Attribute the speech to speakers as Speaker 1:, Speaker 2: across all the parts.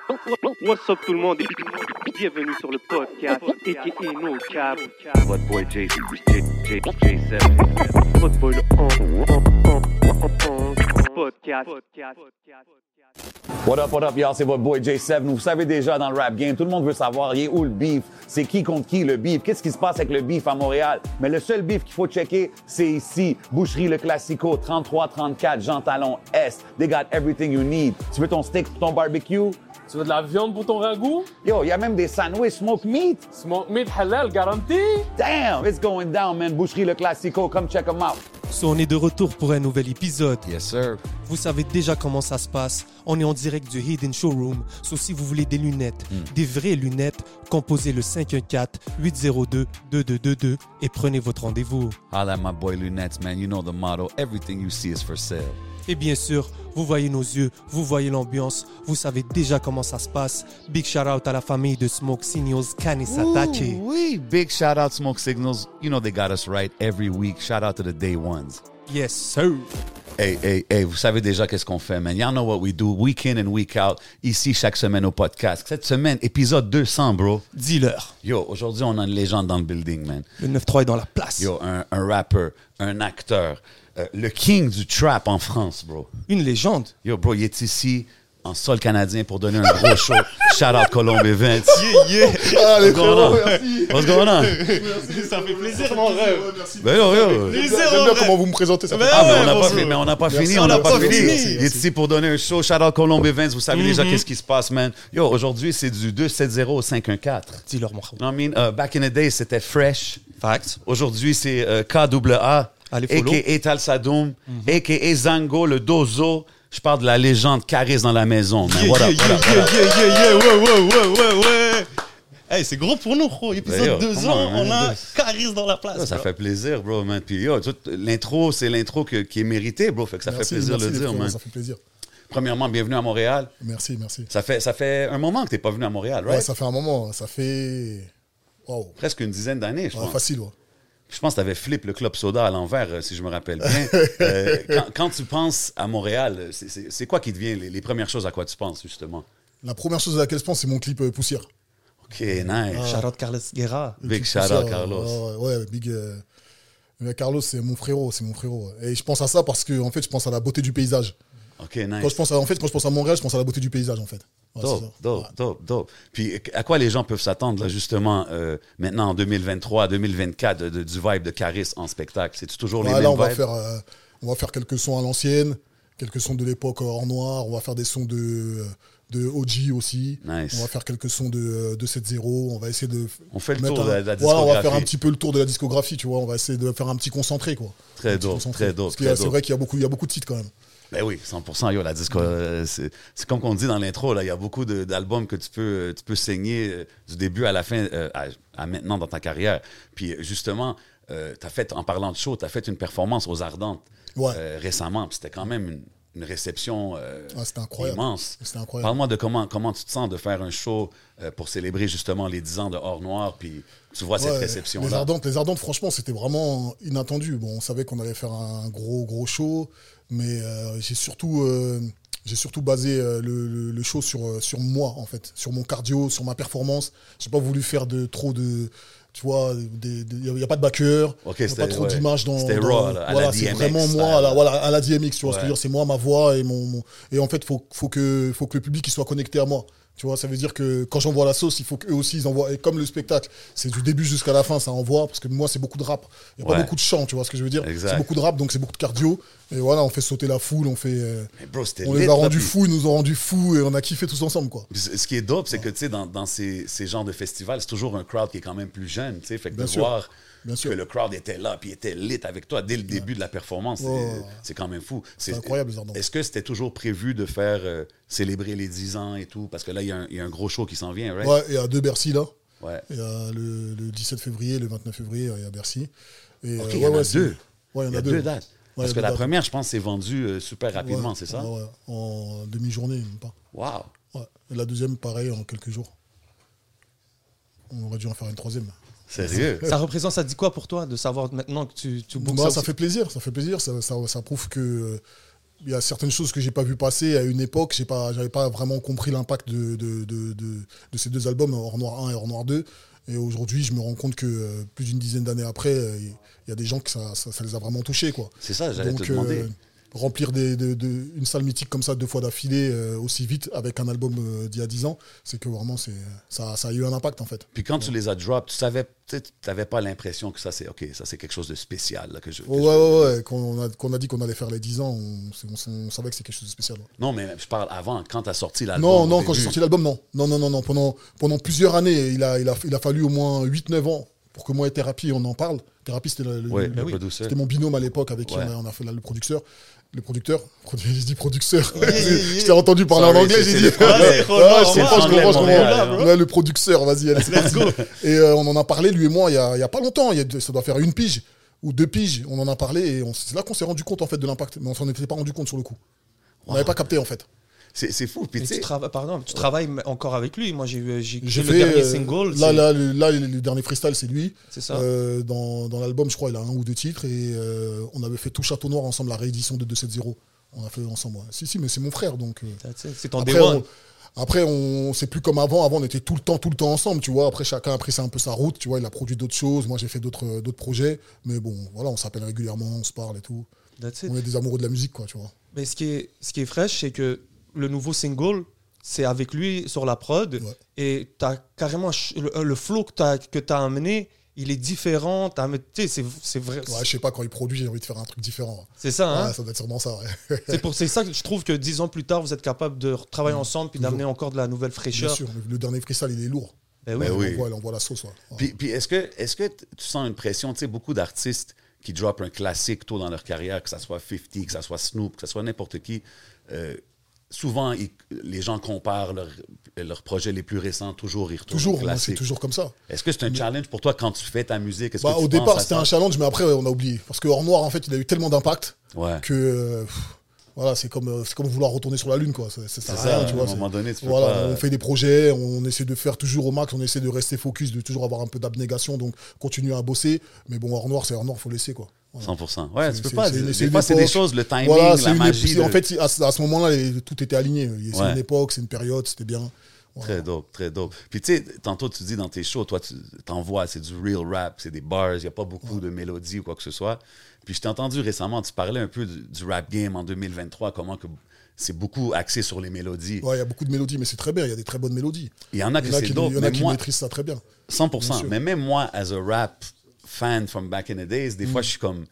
Speaker 1: What's up tout le monde et bienvenue sur le podcast a.k.a. No Cap.
Speaker 2: What boy J7.
Speaker 1: Votre boy le podcast.
Speaker 3: What up, y'all? C'est votre boy J7. Vous savez déjà, dans le rap game, tout le monde veut savoir, il est où le beef? C'est qui contre qui le beef? Qu'est-ce qui se passe avec le beef à Montréal? Mais le seul beef qu'il faut checker, c'est ici. Boucherie Le Classico, 33-34, Jean Talon Est. They got everything you need. Tu veux ton steak pour ton barbecue?
Speaker 4: Tu veux de la viande pour ton ragoût?
Speaker 3: Yo, il y a même des sandwichs smoke meat.
Speaker 4: Smoke meat halal garanti?
Speaker 3: Damn, it's going down, man. Boucherie Le Classico, come check them out.
Speaker 5: So, on est de retour pour un nouvel épisode.
Speaker 2: Yes, sir.
Speaker 5: Vous savez déjà comment ça se passe. On est en direct du Hidden Showroom. So, si vous voulez des lunettes, des vraies lunettes, composez le 514-802-2222 et prenez votre rendez-vous.
Speaker 2: Holla at my boy Lunettes, man. You know the motto. Everything you see is for sale.
Speaker 5: Et bien sûr, vous voyez nos yeux, vous voyez l'ambiance, vous savez déjà comment ça se passe. Big shout out à la famille de Smoke Signals, Kanisatake.
Speaker 2: Oui, big shout out Smoke Signals. You know they got us right every week. Shout out to the day ones.
Speaker 5: Yes, sir.
Speaker 2: Hey, vous savez déjà qu'est-ce qu'on fait, man. Y'all know what we do, week in and week out, ici chaque semaine au podcast. Cette semaine, épisode 200, bro.
Speaker 5: Dis-leur.
Speaker 2: Yo, aujourd'hui, on a une légende dans le building, man.
Speaker 5: Le 9-3 est dans la place.
Speaker 2: Yo, un rapper, un acteur, le king du trap en France, bro.
Speaker 5: Une légende.
Speaker 2: Yo, bro, il est ici en sol canadien pour donner un gros show. Shout out Colombe Events.
Speaker 5: Yeah.
Speaker 2: What's going on? What's going on?
Speaker 5: Ça fait plaisir, mon rêve.
Speaker 2: Ben yo.
Speaker 5: Plaisir,
Speaker 6: J'aime bien comment vous me présentez. Ça fait
Speaker 2: Mais on n'a pas fini. On n'a pas fini. Il est ici pour donner un show. Shout out Colombe Events. Vous savez déjà qu'est-ce qui se passe, man. Yo, aujourd'hui, c'est du 270 au 514.
Speaker 5: Dis-leur, mon frère.
Speaker 2: I mean, back in the day, c'était Fresh.
Speaker 5: Facts.
Speaker 2: Aujourd'hui, c'est KAA,
Speaker 5: Allez, follow.
Speaker 2: a.k.a. Tal Sadoum, a.k.a. Zango, le Dozo. Je parle de la légende Caris dans la maison. Man. What up?
Speaker 5: Ouais. Hey, c'est gros pour nous, gros. Épisode 2 ans, on a Caris dans la place.
Speaker 2: Ça fait plaisir, bro, man. Puis yo, l'intro, c'est l'intro qui est méritée, bro. Fait que ça fait plaisir de le dire, man.
Speaker 6: Ça fait plaisir.
Speaker 2: Premièrement, bienvenue à Montréal.
Speaker 6: Merci.
Speaker 2: Ça fait un moment que t'es pas venu à Montréal, right?
Speaker 6: Ouais, ça fait un moment. Ça fait... Wow.
Speaker 2: Presque une dizaine d'années, je pense.
Speaker 6: Facile, ouais.
Speaker 2: Je pense que tu avais flip le Club Soda à l'envers, si je me rappelle bien. Quand tu penses à Montréal, c'est quoi qui devient les premières choses à quoi tu penses, justement?
Speaker 6: La première chose à laquelle je pense, c'est mon clip Poussière.
Speaker 2: OK, nice.
Speaker 5: Shout out Carlos Guerra.
Speaker 2: Big shout out, Carlos.
Speaker 6: Ouais, big... Carlos, c'est mon frérot. Et je pense à ça parce que, en fait, je pense à la beauté du paysage.
Speaker 2: OK, nice.
Speaker 6: Quand je pense à Montréal, je pense à la beauté du paysage, en fait. Ouais,
Speaker 2: Dope. Puis à quoi les gens peuvent s'attendre, là, justement, maintenant en 2023, 2024, du vibe de Caris en spectacle? C'est-tu toujours les mêmes
Speaker 6: là,
Speaker 2: vibes?
Speaker 6: on va faire quelques sons à l'ancienne, quelques sons de l'époque hors noir, on va faire des sons de OG aussi.
Speaker 2: Nice.
Speaker 6: On va faire quelques sons de 7-0, on va essayer de...
Speaker 2: On fait le tour de la discographie.
Speaker 6: Voilà, on va faire un petit peu le tour de la discographie, tu vois, on va essayer de faire un petit concentré, quoi.
Speaker 2: Très dope.
Speaker 6: Parce que c'est vrai qu'il y a beaucoup de titres, quand même.
Speaker 2: Ben oui, 100%. Yo, la disco, c'est comme qu'on dit dans l'intro, là, il y a beaucoup d'albums que tu peux saigner du début à la fin, à maintenant dans ta carrière. Puis justement, t'as fait, en parlant de show, tu as fait une performance aux Ardentes récemment. Puis c'était quand même une réception immense.
Speaker 6: C'était incroyable.
Speaker 2: Parle-moi de comment tu te sens de faire un show pour célébrer justement les 10 ans de Hors Noir, puis tu vois cette réception-là.
Speaker 6: Les Ardentes, franchement, c'était vraiment inattendu. Bon, on savait qu'on allait faire un gros show, mais j'ai surtout basé le show sur moi, en fait, sur mon cardio, sur ma performance. J'ai pas voulu faire trop de... Tu vois, il n'y a pas de backer, il n'y a pas trop d'images dans...
Speaker 2: C'était raw, à la DMX.
Speaker 6: C'est vraiment moi, à la DMX, tu vois ce que je veux dire. C'est moi, ma voix, et en fait, faut que le public il soit connecté à moi. Tu vois, ça veut dire que quand j'envoie la sauce, il faut qu'eux aussi, ils envoient. Et comme le spectacle, c'est du début jusqu'à la fin, ça envoie, parce que moi, c'est beaucoup de rap. Il n'y a pas beaucoup de chant, tu vois ce que je veux dire.
Speaker 2: Exact.
Speaker 6: C'est beaucoup de rap, donc c'est beaucoup de cardio. Et voilà, on fait sauter la foule,
Speaker 2: Mais bro,
Speaker 6: on les a rendus fous, ils nous ont rendus fous, et on a kiffé tous ensemble, quoi.
Speaker 2: Ce qui est dope, c'est que, tu sais, dans ces genres de festivals, c'est toujours un crowd qui est quand même plus jeune, tu sais. Fait que voir que le crowd était là, puis était lit avec toi dès le début de la performance, c'est quand même fou.
Speaker 6: C'est incroyable, les Ardents.
Speaker 2: Est-ce que c'était toujours prévu de faire célébrer les 10 ans et tout? Parce que là, il y a un gros show qui s'en vient, right?
Speaker 6: Ouais, il y a 2 Bercy, là.
Speaker 2: Ouais.
Speaker 6: Il y a le 17 février, le 29 février, il y a Bercy. Et,
Speaker 2: OK, il y en a 2.
Speaker 6: Ouais,
Speaker 2: il y a 2 dates.
Speaker 6: Ouais,
Speaker 2: parce que la première, je pense, c'est vendu super rapidement, c'est ça?
Speaker 6: Ouais, en demi-journée, même pas.
Speaker 2: Wow!
Speaker 6: Ouais. Et la deuxième, pareil, en quelques jours. On aurait dû en faire une troisième.
Speaker 2: Sérieux?
Speaker 5: Ça représente, ça dit quoi pour toi de savoir maintenant que tu bookes
Speaker 6: ça fait plaisir, ça prouve que il y a certaines choses que j'ai pas vu passer à une époque. J'avais pas vraiment compris l'impact de ces deux albums, Hors Noir 1 et Hors Noir 2. Et aujourd'hui, je me rends compte que plus d'une dizaine d'années après, il y a des gens que ça les a vraiment touchés, quoi.
Speaker 2: C'est ça, j'allais te demander.
Speaker 6: Remplir une salle mythique comme ça 2 fois d'affilée aussi vite avec un album d'il y a 10 ans, c'est que vraiment ça a eu un impact en fait.
Speaker 2: Puis quand tu les as dropped, tu n'avais pas l'impression que ça c'est quelque chose de spécial. Là,
Speaker 6: ouais. Quand on a dit qu'on allait faire les 10 ans, on savait que c'était quelque chose de spécial. Ouais.
Speaker 2: Non, mais je parle avant, quand tu as sorti l'album.
Speaker 6: Non, quand j'ai sorti l'album, non. Non. Pendant plusieurs années, il a fallu au moins 8-9 ans pour que moi et Thérapie, on en parle. Thérapie, c'était c'était mon binôme à l'époque avec qui on a fait le producteur. Le producteur, j'ai dit producteur. Je t'ai entendu parler en anglais, j'ai dit. Le producteur, vas-y, allez, let's go. Et on en a parlé, lui et moi, il y a pas longtemps. Ça doit faire 1 pige ou 2 piges. On en a parlé et c'est là qu'on s'est rendu compte en fait de l'impact. Mais on s'en était pas rendu compte sur le coup. On n'avait pas capté en fait.
Speaker 2: C'est fou. Puis
Speaker 5: tu travailles encore avec lui. Moi, j'ai
Speaker 6: fait
Speaker 5: le dernier single.
Speaker 6: Là, le dernier freestyle, c'est lui.
Speaker 5: C'est ça.
Speaker 6: Dans l'album, je crois, il a 1 ou 2 titres. Et on avait fait tout Château Noir ensemble, la réédition de 270. On a fait ensemble. Ouais. Si, mais c'est mon frère. Donc,
Speaker 5: c'est ton day one.
Speaker 6: Après, c'est plus comme avant. Avant, on était tout le temps ensemble, tu vois. Après, chacun a pris un peu sa route, tu vois. Il a produit d'autres choses. Moi, j'ai fait d'autres projets. Mais bon, voilà, on s'appelle régulièrement, on se parle et tout. On est des amoureux de la musique, quoi, tu vois.
Speaker 5: Mais ce qui est fraîche, c'est que le nouveau single, c'est avec lui sur la prod. Ouais. Et tu as carrément le flow que tu as amené, il est différent. C'est vrai.
Speaker 6: Ouais, je sais pas, quand il produit, j'ai envie de faire un truc différent.
Speaker 5: C'est ça, hein?
Speaker 6: Ouais, ça doit être sûrement ça, ouais.
Speaker 5: c'est ça que je trouve que 10 ans plus tard, vous êtes capable de travailler ensemble puis d'amener encore de la nouvelle fraîcheur.
Speaker 6: Bien sûr, le dernier freestyle, il est lourd.
Speaker 2: Oui.
Speaker 6: On voit la sauce. Ouais.
Speaker 2: Puis est-ce que tu sens une pression? Tu sais, beaucoup d'artistes qui droppent un classique tôt dans leur carrière, que ça soit 50, que ça soit Snoop, que ça soit n'importe qui, souvent, les gens comparent leurs projets les plus récents, toujours, ils retournent au classique.
Speaker 6: C'est toujours comme ça.
Speaker 2: Est-ce que c'est un challenge pour toi quand tu fais ta musique?
Speaker 6: Au départ, c'était un challenge, mais après, on a oublié. Parce que Hors Noir, en fait, il a eu tellement d'impact que... voilà, c'est comme vouloir retourner sur la Lune, quoi. C'est ça, rien, tu vois.
Speaker 2: À un moment donné, tu peux
Speaker 6: voilà,
Speaker 2: pas...
Speaker 6: on fait des projets, on essaie de faire toujours au max, on essaie de rester focus, de toujours avoir un peu d'abnégation, donc continuer à bosser. Mais bon, Hors Noir, c'est Hors Noir, faut laisser, quoi. Voilà.
Speaker 2: 100%. Ouais, tu peux pas. Des fois, c'est des choses, le timing, la magie.
Speaker 6: En fait, à ce moment-là, tout était aligné. C'est une époque, c'est une période, c'était bien.
Speaker 2: Très dope, très dope. Puis tu sais, tantôt tu dis dans tes shows, toi tu t'envoies, c'est du real rap, c'est des bars, il n'y a pas beaucoup de mélodies ou quoi que ce soit. Puis je t'ai entendu récemment, tu parlais un peu du rap game en 2023, comment que c'est beaucoup axé sur les mélodies.
Speaker 6: Ouais, il y a beaucoup de mélodies, mais c'est très bien, il y a des très bonnes mélodies.
Speaker 2: Il y en a que c'est dope,
Speaker 6: il y en a qui maîtrisent ça très bien.
Speaker 2: 100%. Mais même moi, as a rap fan from back in the days, des fois je suis comme...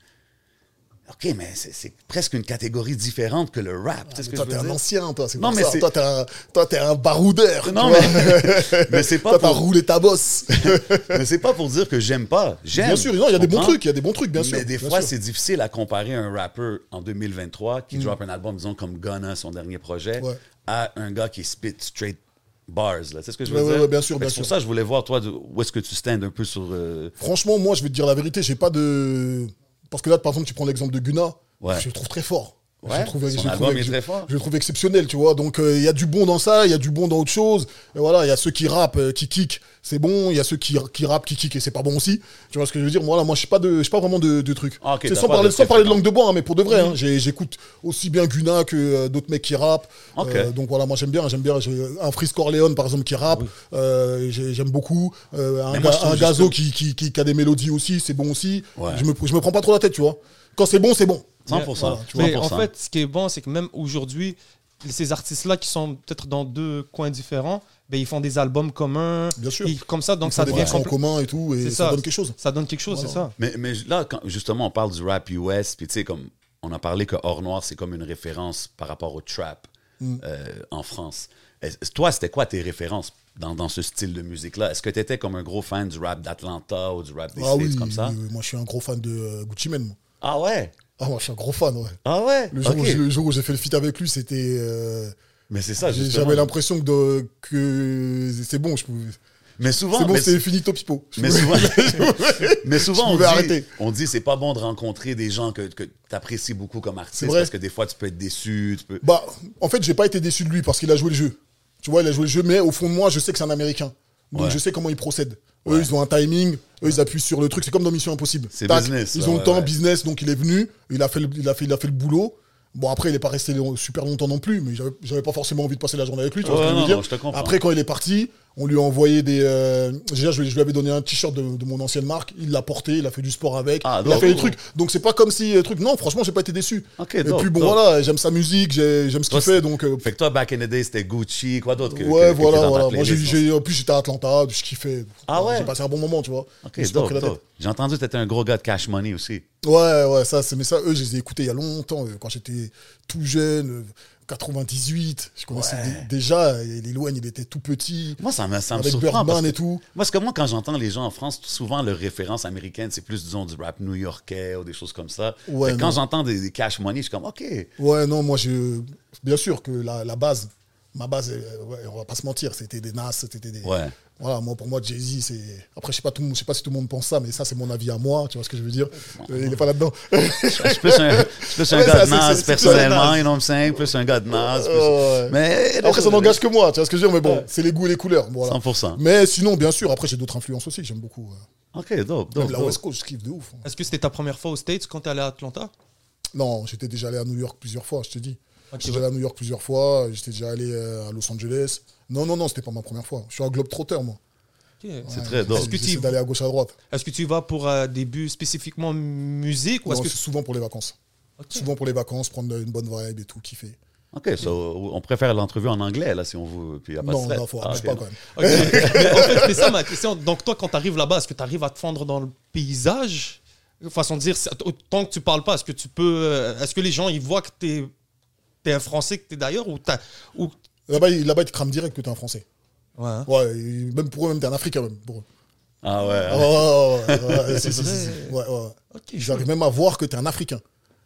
Speaker 2: OK, mais c'est presque une catégorie différente que le rap.
Speaker 6: Ah, toi, t'es un ancien, toi.
Speaker 2: Non, mais c'est...
Speaker 6: Toi, t'es un baroudeur.
Speaker 2: Non, mais c'est pas
Speaker 6: toi, t'as roulé ta bosse.
Speaker 2: Mais c'est pas pour dire que j'aime pas. J'aime.
Speaker 6: Bien sûr, non, il y a des bons trucs, bien sûr.
Speaker 2: Mais des fois, c'est difficile à comparer un rappeur en 2023 qui drop un album, disons, comme Gunna, son dernier projet, à un gars qui spit straight bars, là. C'est ce que je veux dire?
Speaker 6: Ouais, bien sûr, bien
Speaker 2: sûr.
Speaker 6: C'est
Speaker 2: pour ça que je voulais voir, toi, où est-ce que tu stands un peu sur...
Speaker 6: Franchement, moi, je vais te dire la vérité, j'ai pas de... Parce que là, par exemple, tu prends l'exemple de Gunna, je le trouve très fort.
Speaker 2: Ouais, son album est très fort.
Speaker 6: Je le trouve exceptionnel, tu vois. Donc, il y a du bon dans ça, il y a du bon dans autre chose. Et voilà, il y a ceux qui rappent, qui kick, c'est bon. Il y a ceux qui rappent, qui kick, et c'est pas bon aussi. Tu vois ce que je veux dire? Moi, je suis pas vraiment de trucs.
Speaker 2: Ah, okay,
Speaker 6: sans parler de langue de bois, hein, mais pour de vrai. Hein, j'écoute aussi bien Gunna que d'autres mecs qui rappent. Donc voilà, moi j'aime bien. J'ai un Freeze Corleone, par exemple, qui rappe. J'aime beaucoup. Un Gazo qui a des mélodies aussi, c'est bon aussi. Je me prends pas trop la tête, tu vois. Quand c'est bon, c'est bon.
Speaker 2: 100%.
Speaker 6: Voilà,
Speaker 5: mais en fait, ce qui est bon, c'est que même aujourd'hui, ces artistes-là qui sont peut-être dans 2 coins différents, ben, ils font des albums communs.
Speaker 6: Bien sûr.
Speaker 5: Comme ça, donc ça devient
Speaker 6: en commun et tout, et ça donne quelque chose.
Speaker 5: Ça donne quelque chose, voilà. C'est ça.
Speaker 2: Mais là, quand justement, on parle du rap US, puis tu sais, comme on a parlé que Hors Noir, c'est comme une référence par rapport au trap en France. Toi, c'était quoi tes références dans ce style de musique-là? Est-ce que tu étais comme un gros fan du rap d'Atlanta ou du rap des States comme ça?
Speaker 6: Oui, moi je suis un gros fan de Gucci Mane.
Speaker 2: Ah ouais?
Speaker 6: Ah, moi je suis un gros fan, ouais.
Speaker 2: Ah ouais?
Speaker 6: Le jour où j'ai fait le feat avec lui, c'était...
Speaker 2: Mais c'est ça, justement.
Speaker 6: J'avais l'impression que c'est bon, je pouvais...
Speaker 2: Mais souvent...
Speaker 6: C'est bon, c'est finito pipo.
Speaker 2: Mais souvent on dit c'est pas bon de rencontrer des gens que tu apprécies beaucoup comme artiste parce que des fois tu peux être déçu.
Speaker 6: En fait, j'ai pas été déçu de lui parce qu'il a joué le jeu. Tu vois, il a joué le jeu, mais au fond de moi, je sais que c'est un Américain. Donc je sais comment il procède. Eux, ils ont un timing, eux, ils appuient sur le truc. C'est comme dans Mission Impossible.
Speaker 2: C'est business.
Speaker 6: Ils ont le temps, business, donc il est venu, il a fait le boulot. Bon, après, il n'est pas resté super longtemps non plus, mais j'avais pas forcément envie de passer la journée avec lui. Tu vois ce que je veux
Speaker 2: non,
Speaker 6: dire.
Speaker 2: je te comprends.
Speaker 6: Après, quand il est parti, on lui a envoyé des. Déjà, je lui avais donné un t-shirt de mon ancienne marque. Il l'a porté, il a fait du sport avec.
Speaker 2: Ah,
Speaker 6: il a
Speaker 2: donc,
Speaker 6: fait des trucs. Donc, c'est pas comme si. Non, franchement, j'ai pas été déçu.
Speaker 2: Ok,
Speaker 6: Et
Speaker 2: dope,
Speaker 6: puis, bon,
Speaker 2: dope.
Speaker 6: voilà, j'aime sa musique, j'aime ce qu'il fait. Donc,
Speaker 2: Fait que toi, back in the day, c'était Gucci, quoi d'autre que
Speaker 6: ouais,
Speaker 2: que
Speaker 6: voilà,
Speaker 2: dans ta
Speaker 6: voilà. Moi,
Speaker 2: playlist,
Speaker 6: en plus, j'étais à Atlanta, je kiffais.
Speaker 2: Ah ouais?
Speaker 6: J'ai passé un bon moment, tu vois.
Speaker 2: Ok,
Speaker 6: Je me suis pas
Speaker 2: dope,
Speaker 6: pris la tête.
Speaker 2: dope. J'ai entendu que t'étais un gros gars de Cash Money aussi.
Speaker 6: Ouais, mais ça, eux, je les ai écoutés il y a longtemps, quand j'étais tout jeune, 98. Je connaissais déjà, et Lil Wayne, il était tout petit.
Speaker 2: Moi, ça me
Speaker 6: avec
Speaker 2: surprend.
Speaker 6: Birdman
Speaker 2: Parce que,
Speaker 6: et tout.
Speaker 2: parce que moi, quand j'entends les gens en France, souvent, leurs références américaines, c'est plus, disons, du rap new-yorkais ou des choses comme ça.
Speaker 6: Ouais,
Speaker 2: Fait que quand
Speaker 6: non.
Speaker 2: j'entends des Cash Money, je suis comme, OK.
Speaker 6: Ouais, non, moi, bien sûr que la base, ma base, on va pas se mentir, c'était des Nas, c'était des.
Speaker 2: Ouais.
Speaker 6: Voilà, pour moi, Jay-Z, c'est. Après, je sais pas si tout le monde pense ça, mais ça, c'est mon avis à moi, tu vois ce que je veux dire. Il est pas là-dedans.
Speaker 2: Je suis plus un
Speaker 6: Ouais,
Speaker 2: gars de
Speaker 6: ça,
Speaker 2: Nas,
Speaker 6: c'est
Speaker 2: personnellement,
Speaker 6: Nas.
Speaker 2: you know what I'm saying? Plus un gars de Nas.
Speaker 6: Ouais.
Speaker 2: Mais
Speaker 6: Après, ça n'engage que moi, tu vois ce que je veux dire, mais bon, c'est les goûts et les couleurs. Voilà.
Speaker 2: 100%.
Speaker 6: Mais sinon, bien sûr, après, j'ai d'autres influences aussi que j'aime beaucoup.
Speaker 2: OK, dope,
Speaker 6: Même
Speaker 2: dope,
Speaker 6: la
Speaker 2: dope.
Speaker 6: West Coast, je kiffe de ouf.
Speaker 5: Est-ce que c'était ta première fois aux States quand tu allé à Atlanta?
Speaker 6: Non, j'étais déjà allé à New York plusieurs fois, je te dis.
Speaker 5: Ok,
Speaker 6: J'étais allé à New York plusieurs fois, j'étais déjà allé à Los Angeles. Non, c'était pas ma première fois. Je suis un globe-trotter, moi.
Speaker 5: Ok.
Speaker 2: C'est très dope.
Speaker 5: Est-ce que
Speaker 6: J'essaie
Speaker 5: tu-
Speaker 6: d'aller à gauche, à droite.
Speaker 5: Est-ce que tu y vas pour des buts spécifiquement musique ou est-ce
Speaker 6: Non,
Speaker 5: que
Speaker 6: c'est souvent pour les vacances.
Speaker 5: Ok.
Speaker 6: Souvent pour les vacances, prendre une bonne vibe et tout, kiffer.
Speaker 2: OK, so, on préfère l'entrevue en anglais, là, si on veut. Puis y a pas de
Speaker 6: Non,
Speaker 2: stress.
Speaker 6: non, faut
Speaker 2: Ah,
Speaker 6: abuse
Speaker 2: ok.
Speaker 6: pas quand même.
Speaker 5: Ok. Mais en fait, c'est ça ma question. Donc toi, quand tu arrives là-bas, est-ce que tu arrives à te fondre dans le paysage? Façon de dire, tant que tu parles pas, est-ce que tu peux, est-ce que les gens ils voient que t'es un Français, que t'es d'ailleurs ou
Speaker 6: Là-bas, ils te crament direct que t'es un Français.
Speaker 5: ouais. Hein?
Speaker 6: Ouais, et même pour eux, même t'es un Africain, même. Pour eux.
Speaker 2: Ah ouais.
Speaker 6: Ah, ouais, si,
Speaker 5: C'est
Speaker 6: si,
Speaker 5: vrai.
Speaker 6: si. Ouais.
Speaker 5: Ok.
Speaker 6: Ils arrivent même à voir que t'es un Africain.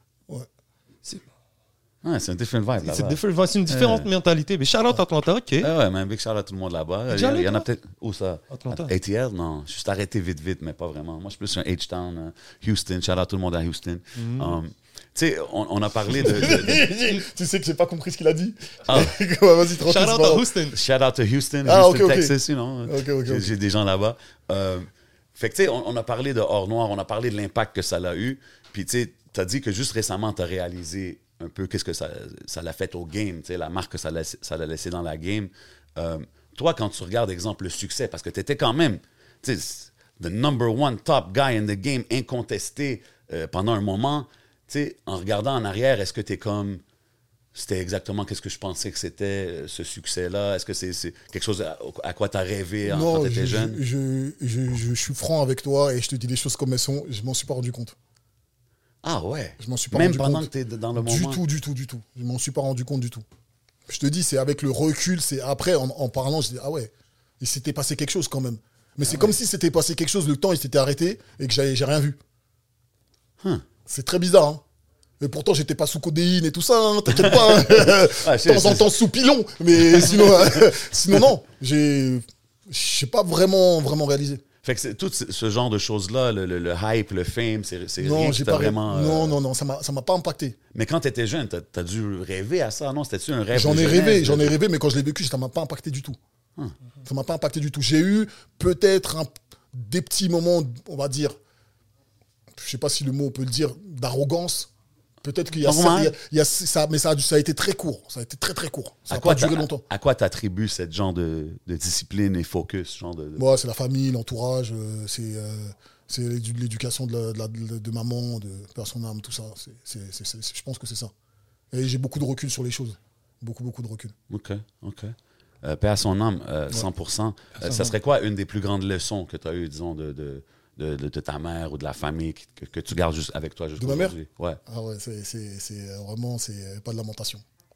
Speaker 2: Ouais, c'est un different vibe là-bas.
Speaker 5: C'est une différente mentalité. Mais Charlotte Atlanta, ok.
Speaker 2: Ah ouais, mais un big shout à tout le monde là-bas.
Speaker 5: Déjà
Speaker 2: Il y en a
Speaker 5: allé,
Speaker 2: peut-être. Où ça?
Speaker 5: Atlanta.
Speaker 2: ATL? Non. Juste arrêté vite, mais pas vraiment. Moi, je suis plus un H-Town, Houston. Shout out tout le monde à Houston.
Speaker 5: Mm.
Speaker 2: Tu sais, on a parlé de-
Speaker 6: Tu sais que j'ai pas compris ce qu'il a dit.
Speaker 2: Ah.
Speaker 6: Ouais, vas-y, tranquille.
Speaker 5: Shout
Speaker 6: c'est
Speaker 5: out
Speaker 6: pas
Speaker 5: à
Speaker 6: grave.
Speaker 5: Houston.
Speaker 2: Shout out to Houston,
Speaker 6: Ah,
Speaker 2: Houston,
Speaker 6: ok.
Speaker 2: Texas, you know.
Speaker 6: Ok.
Speaker 2: J'ai des gens là-bas. Fait que, tu sais, on a parlé de Hors Noir, on a parlé de l'impact que ça a eu. Puis, tu sais, tu as dit que juste récemment, tu as réalisé un peu qu'est-ce que ça l'a fait au game, tu sais, la marque que ça l'a laissé dans la game. Toi, quand tu regardes, exemple, le succès, parce que tu étais quand même, tu sais, the number one top guy in the game, incontesté pendant un moment, tu sais, en regardant en arrière, est-ce que tu es comme... C'était exactement qu'est-ce que je pensais que c'était, ce succès-là? Est-ce que c'est quelque chose à quoi tu as rêvé quand
Speaker 6: Non,
Speaker 2: tu étais jeune?
Speaker 6: je suis franc avec toi et je te dis les choses comme elles sont. Je m'en suis pas rendu compte.
Speaker 2: Ah ouais?
Speaker 6: Je m'en suis pas
Speaker 2: Même
Speaker 6: rendu
Speaker 2: pendant
Speaker 6: compte.
Speaker 2: que tu es dans le
Speaker 6: Du
Speaker 2: moment?
Speaker 6: tout. Je m'en suis pas rendu compte du tout. Je te dis, c'est avec le recul, c'est après, en parlant, je dis, ah ouais, il s'était passé quelque chose quand même. Mais c'est comme si s'était passé quelque chose, le temps, il s'était arrêté et que j'ai rien vu. C'est très bizarre, hein. Et pourtant, j'étais pas sous codéine et tout ça, hein, t'inquiète pas. Hein.
Speaker 2: Ah,
Speaker 6: De temps en temps sous pilon. Mais sinon non. J'ai pas vraiment réalisé.
Speaker 2: Fait que tout ce genre de choses-là, le hype, le fame, c'est rien
Speaker 6: Non,
Speaker 2: que
Speaker 6: j'ai
Speaker 2: t'as
Speaker 6: pas
Speaker 2: vraiment...
Speaker 6: Non, ça m'a pas impacté.
Speaker 2: Mais quand tu étais jeune, t'as dû rêver à ça, non? C'était-tu un rêve
Speaker 6: J'en
Speaker 2: de
Speaker 6: ai
Speaker 2: jeunesse?
Speaker 6: rêvé, mais quand je l'ai vécu, ça m'a pas impacté du tout. Ça m'a pas impacté du tout. J'ai eu peut-être des petits moments, on va dire, je sais pas si le mot on peut le dire, d'arrogance. Peut-être qu'il y a ça,
Speaker 2: Normal.
Speaker 6: il y a ça, mais ça a été très court. Ça a été très court. Ça
Speaker 2: À
Speaker 6: a
Speaker 2: quoi
Speaker 6: pas duré longtemps.
Speaker 2: À quoi t'attribues cette genre de discipline et focus? Genre de...
Speaker 6: Ouais, c'est la famille, l'entourage, c'est l'éducation de maman, de père son âme, tout ça. Je pense que c'est ça. Et j'ai beaucoup de recul sur les choses. Beaucoup de recul.
Speaker 2: OK. Paix à son âme, 100%. Ça serait quoi une des plus grandes leçons que tu as eues, disons, de ta mère ou de la famille que tu gardes juste avec toi jusqu'à
Speaker 6: De ma mère?
Speaker 2: aujourd'hui? Ouais.
Speaker 6: Ah ouais, c'est vraiment, c'est pas de lamentation.